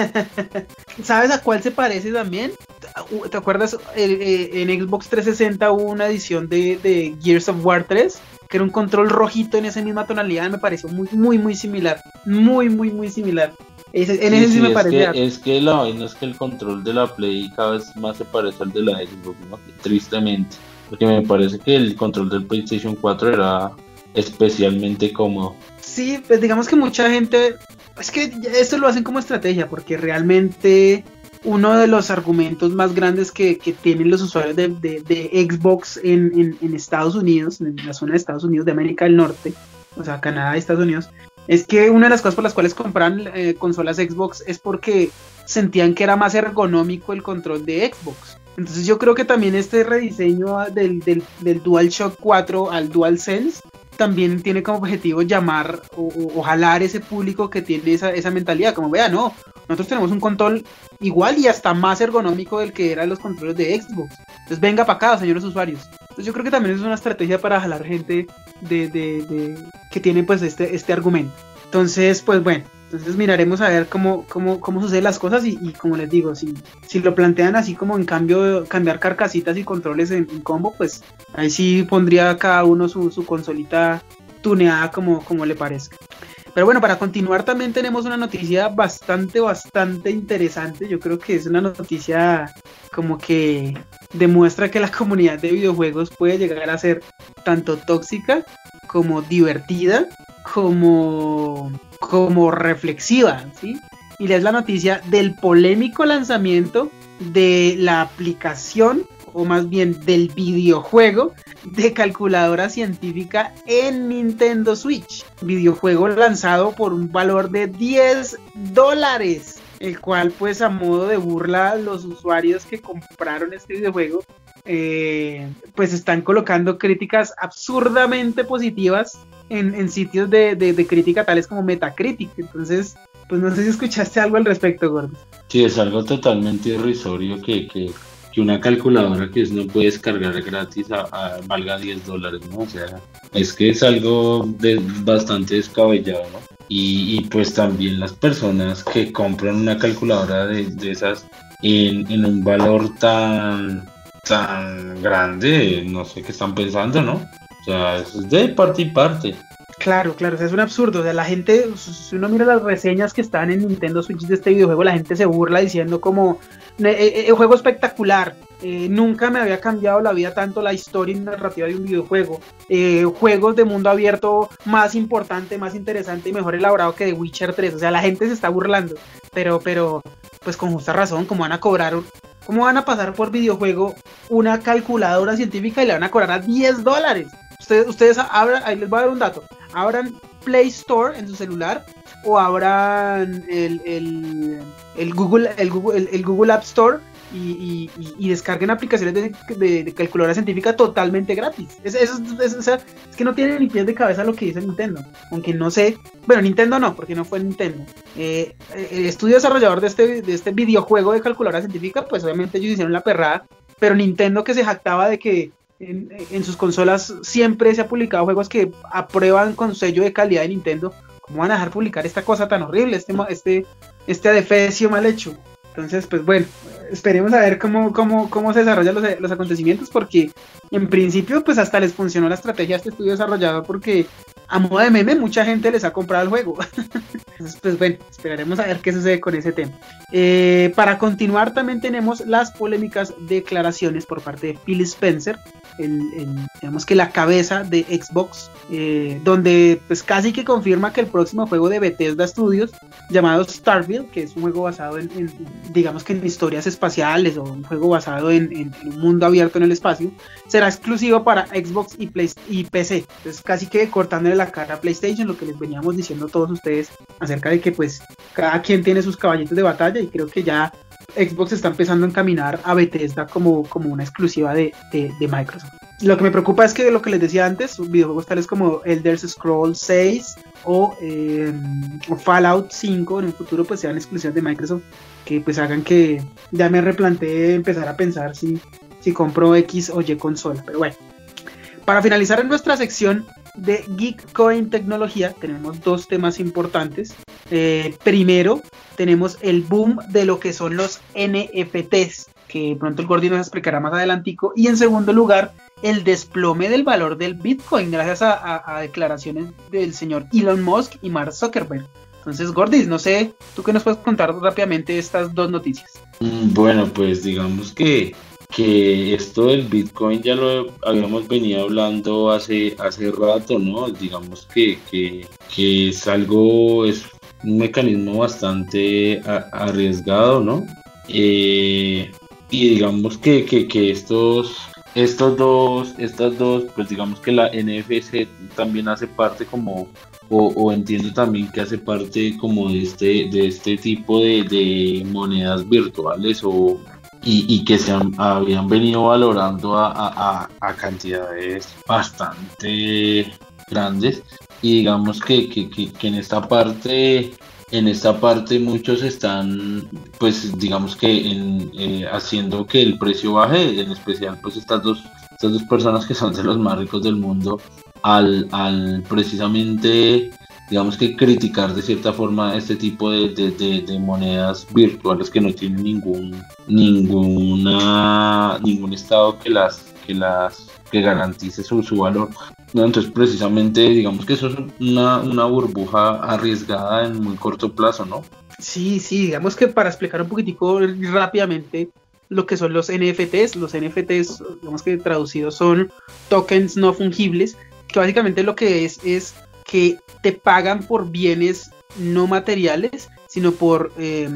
¿Sabes a cuál se parece también? ¿Te acuerdas? Eh, eh, en Xbox trescientos sesenta hubo una edición de, de Gears of War tres, que era un control rojito en esa misma tonalidad, me pareció muy, muy, muy similar. Muy, muy, muy similar. Ese, en Sí, ese sí, sí, me es parece. que, es que la vaina es que el control de la Play cada vez más se parece al de la Xbox, ¿no? Tristemente, porque me parece que el control del PlayStation cuatro era especialmente cómodo. Sí, pues digamos que mucha gente, es que esto lo hacen como estrategia, porque realmente uno de los argumentos más grandes que, que tienen los usuarios de, de, de Xbox en, en, en Estados Unidos, en la zona de Estados Unidos de América del Norte, o sea, Canadá y Estados Unidos, es que una de las cosas por las cuales compraban eh, consolas Xbox es porque sentían que era más ergonómico el control de Xbox. Entonces yo creo que también este rediseño del, del, del DualShock cuatro al DualSense también tiene como objetivo llamar o, o, o jalar ese público que tiene esa, esa mentalidad, como vea, no, nosotros tenemos un control igual y hasta más ergonómico del que eran los controles de Xbox, entonces venga para acá, señores usuarios. Entonces yo creo que también es una estrategia para jalar gente de, de, de que tiene pues este, este argumento. Entonces, pues bueno, entonces miraremos a ver cómo, cómo, cómo suceden las cosas y, y como les digo, si, si lo plantean así como en cambio, cambiar carcasitas y controles en, en combo, pues ahí sí pondría cada uno su, su consolita tuneada como, como le parezca. Pero bueno, para continuar también tenemos una noticia bastante, bastante interesante. Yo creo que es una noticia como que demuestra que la comunidad de videojuegos puede llegar a ser tanto tóxica como divertida, como, como reflexiva, ¿sí? Y es la noticia del polémico lanzamiento de la aplicación, o más bien del videojuego de calculadora científica en Nintendo Switch. Videojuego lanzado por un valor de diez dólares, el cual pues a modo de burla los usuarios que compraron este videojuego eh, pues están colocando críticas absurdamente positivas en, en sitios de, de, de crítica tales como Metacritic. Entonces pues no sé si escuchaste algo al respecto, Gordo. Sí, es algo totalmente irrisorio que, que, que una calculadora que uno puede descargar gratis a, a, valga diez dólares, ¿no? O sea, es que es algo de, bastante descabellado, ¿no? Y, y pues también las personas que compran una calculadora de, de esas en, en un valor tan, tan grande, no sé qué están pensando, ¿no? O sea, es de parte y parte. Claro, claro, o sea, es un absurdo. O sea, la gente, si uno mira las reseñas que están en Nintendo Switch de este videojuego, la gente se burla diciendo como, el juego espectacular, Eh, nunca me había cambiado la vida tanto la historia y narrativa de un videojuego. Eh, juegos de mundo abierto más importante, más interesante y mejor elaborado que The Witcher tres. O sea, la gente se está burlando, pero, pero, pues con justa razón, ¿cómo van a cobrar, cómo van a pasar por videojuego una calculadora científica y le van a cobrar a diez dólares? Ustedes, ustedes abran, ahí les voy a dar un dato, abran Play Store en su celular o abran el, el, el Google, el Google, el, el Google App Store y, y, y descarguen aplicaciones de, de, de calculadora científica totalmente gratis. Es, es, es, es, es que no tiene ni pies de cabeza lo que dice Nintendo, aunque no sé, bueno, Nintendo no, porque no fue Nintendo. Eh, el estudio desarrollador de este, de este videojuego de calculadora científica, pues obviamente ellos hicieron la perrada, pero Nintendo, que se jactaba de que en, en sus consolas siempre se ha publicado juegos que aprueban con sello de calidad de Nintendo, ¿cómo van a dejar publicar esta cosa tan horrible, este, este, este adefesio mal hecho? Entonces, pues bueno, esperemos a ver cómo, cómo, cómo se desarrollan los, los acontecimientos, porque en principio pues hasta les funcionó la estrategia de este estudio desarrollador, porque a modo de meme mucha gente les ha comprado el juego. Entonces, pues bueno, esperaremos a ver qué sucede con ese tema. Eh, para continuar también tenemos las polémicas declaraciones por parte de Phil Spencer, el, el, digamos que la cabeza de Xbox, eh, donde pues casi que confirma que el próximo juego de Bethesda Studios, llamado Starfield, que es un juego basado en, en digamos que en historias espaciales o un juego basado en, en, en un mundo abierto en el espacio, será exclusivo para Xbox y, Play, y P C. Entonces casi que cortándole la cara a PlayStation, lo que les veníamos diciendo a todos ustedes acerca de que pues cada quien tiene sus caballitos de batalla, y creo que ya Xbox está empezando a encaminar a Bethesda como, como una exclusiva de, de, de Microsoft. Lo que me preocupa es que lo que les decía antes, videojuegos tales como Elder Scrolls seis o, eh, o Fallout cinco en un futuro pues sean exclusivas de Microsoft, que pues hagan que ya me replantee empezar a pensar si, si compro X o Y consola. Pero bueno, para finalizar en nuestra sección de Geekcoin Tecnología tenemos dos temas importantes. Eh, primero tenemos el boom de lo que son los N F Ts, que pronto el Gordy nos explicará más adelantico, y en segundo lugar el desplome del valor del Bitcoin gracias a, a, a declaraciones del señor Elon Musk y Mark Zuckerberg. Entonces, Gordis, no sé, ¿tú qué nos puedes contar rápidamente estas dos noticias? Bueno, pues digamos que, que esto del Bitcoin ya lo habíamos venido hablando hace, hace rato, ¿no? Digamos que, que, que es algo, es un mecanismo bastante a, arriesgado, ¿no? Eh, y digamos que, que, que estos... Estos dos, estas dos, pues digamos que la N F C también hace parte como, o, o entiendo también que hace parte como de este, de este tipo de, de monedas virtuales o y, y que se han, habían venido valorando a, a, a cantidades bastante grandes, y digamos que, que, que, que en esta parte En esta parte muchos están, pues digamos que en, eh, haciendo que el precio baje, en especial pues estas dos, estas dos personas que son de los más ricos del mundo, al, al precisamente, digamos que criticar de cierta forma este tipo de, de, de, de monedas virtuales que no tienen ningún, ninguna, ningún estado que las, que las, que garantice su, su valor. No, entonces precisamente digamos que eso es una, una burbuja arriesgada en muy corto plazo, ¿no? Sí, sí, digamos que para explicar un poquitico rápidamente lo que son los N F Ts, los N F Ts, digamos que traducidos son tokens no fungibles, que básicamente lo que es es que te pagan por bienes no materiales, sino por eh,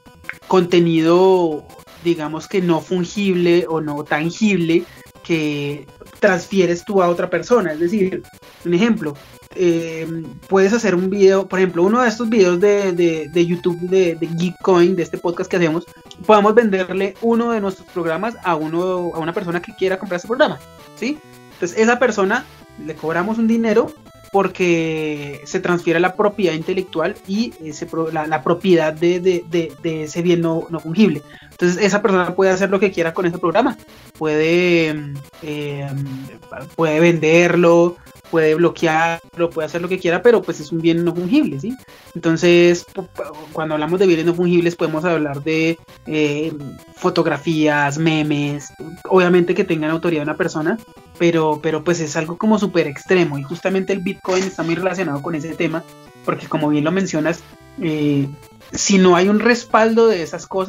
contenido, digamos que no fungible o no tangible, que transfieres tú a otra persona. Es decir, un ejemplo, eh, puedes hacer un video, por ejemplo, uno de estos videos de, de, de YouTube de, de Geekcoin, de este podcast que hacemos, podemos venderle uno de nuestros programas a uno a una persona que quiera comprar ese programa, ¿sí? Entonces esa persona le cobramos un dinero porque se transfiere la propiedad intelectual y ese, la, la propiedad de, de, de, de ese bien no, no fungible. Entonces esa persona puede hacer lo que quiera con ese programa, puede, eh, puede venderlo, puede bloquearlo, puede hacer lo que quiera, pero pues es un bien no fungible, ¿sí? Entonces, cuando hablamos de bienes no fungibles podemos hablar de eh, fotografías, memes, obviamente que tengan autoridad de una persona, pero, pero pues es algo como súper extremo, y justamente el Bitcoin está muy relacionado con ese tema, porque como bien lo mencionas, eh, si no hay un respaldo de esas cosas,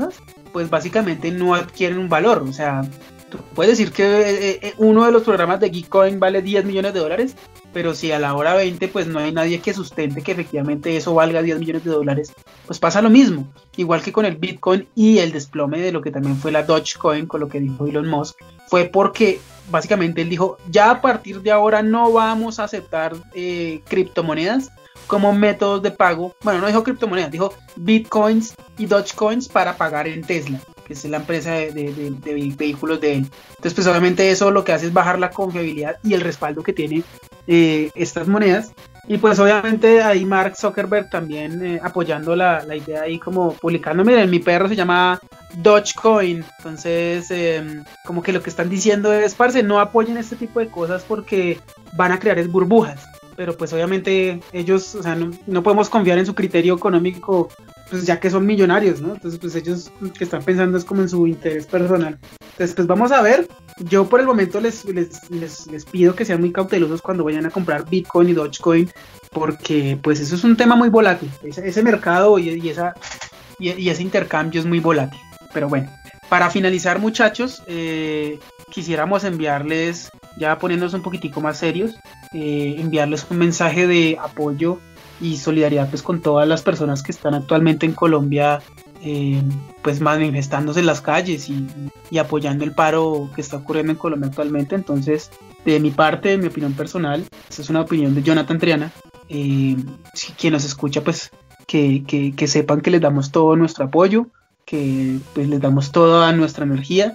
pues básicamente no adquieren un valor. O sea, tú puedes decir que eh, uno de los programas de Gitcoin vale diez millones de dólares, pero si a la hora veinte pues no hay nadie que sustente que efectivamente eso valga diez millones de dólares, pues pasa lo mismo, igual que con el Bitcoin y el desplome de lo que también fue la Dogecoin, con lo que dijo Elon Musk, fue porque básicamente él dijo, ya a partir de ahora no vamos a aceptar eh, criptomonedas como métodos de pago. Bueno, no dijo criptomonedas, dijo Bitcoins y Dogecoins para pagar en Tesla, que es la empresa de, de, de, de vehículos de él. Entonces, pues obviamente eso lo que hace es bajar la confiabilidad y el respaldo que tiene eh, estas monedas. Y pues obviamente ahí Mark Zuckerberg también eh, apoyando la, la idea ahí, como publicando, miren, mi perro se llama Dogecoin. Entonces, eh, como que lo que están diciendo es, parce, no apoyen este tipo de cosas porque van a crear es burbujas. Pero pues obviamente ellos, o sea, no, no podemos confiar en su criterio económico, pues ya que son millonarios, ¿no? Entonces pues ellos que están pensando es como en su interés personal. Entonces pues vamos a ver. Yo por el momento les, les, les, les pido que sean muy cautelosos cuando vayan a comprar Bitcoin y Dogecoin, porque pues eso es un tema muy volátil. Ese, ese mercado y, y, esa, y, y ese intercambio es muy volátil. Pero bueno, para finalizar, muchachos, eh, quisiéramos enviarles, ya poniéndonos un poquitico más serios, eh, enviarles un mensaje de apoyo y solidaridad pues con todas las personas que están actualmente en Colombia, eh, pues manifestándose en las calles y, y apoyando el paro que está ocurriendo en Colombia actualmente. Entonces, de mi parte, de mi opinión personal, esta es una opinión de Jonathan Triana, eh, si quien nos escucha pues que, que, que sepan que les damos todo nuestro apoyo, que pues les damos toda nuestra energía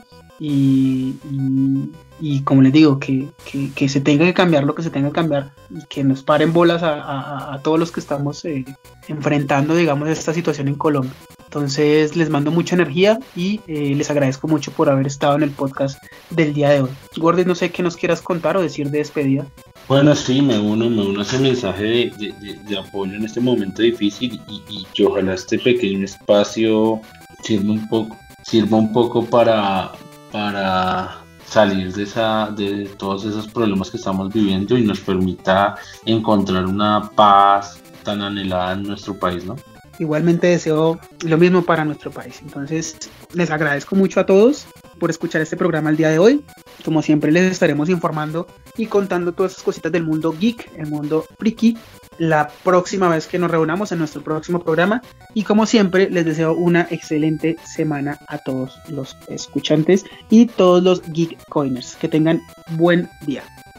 y, y, y como les digo, que, que, que se tenga que cambiar lo que se tenga que cambiar y que nos paren bolas a, a, a todos los que estamos eh, enfrentando, digamos, esta situación en Colombia. Entonces les mando mucha energía y eh, les agradezco mucho por haber estado en el podcast del día de hoy. Gordy, no sé qué nos quieras contar o decir de despedida. Bueno, sí, me uno, me uno a ese mensaje de, de, de, de apoyo en este momento difícil y, y que ojalá este pequeño espacio sirva un poco, sirva un poco para, para salir de esa, de todos esos problemas que estamos viviendo y nos permita encontrar una paz tan anhelada en nuestro país, ¿no? Igualmente deseo lo mismo para nuestro país. Entonces les agradezco mucho a todos por escuchar este programa el día de hoy. Como siempre les estaremos informando y contando todas esas cositas del mundo geek, el mundo friki, la próxima vez que nos reunamos en nuestro próximo programa. Y como siempre les deseo una excelente semana a todos los escuchantes y todos los geek coiners. Que tengan buen día.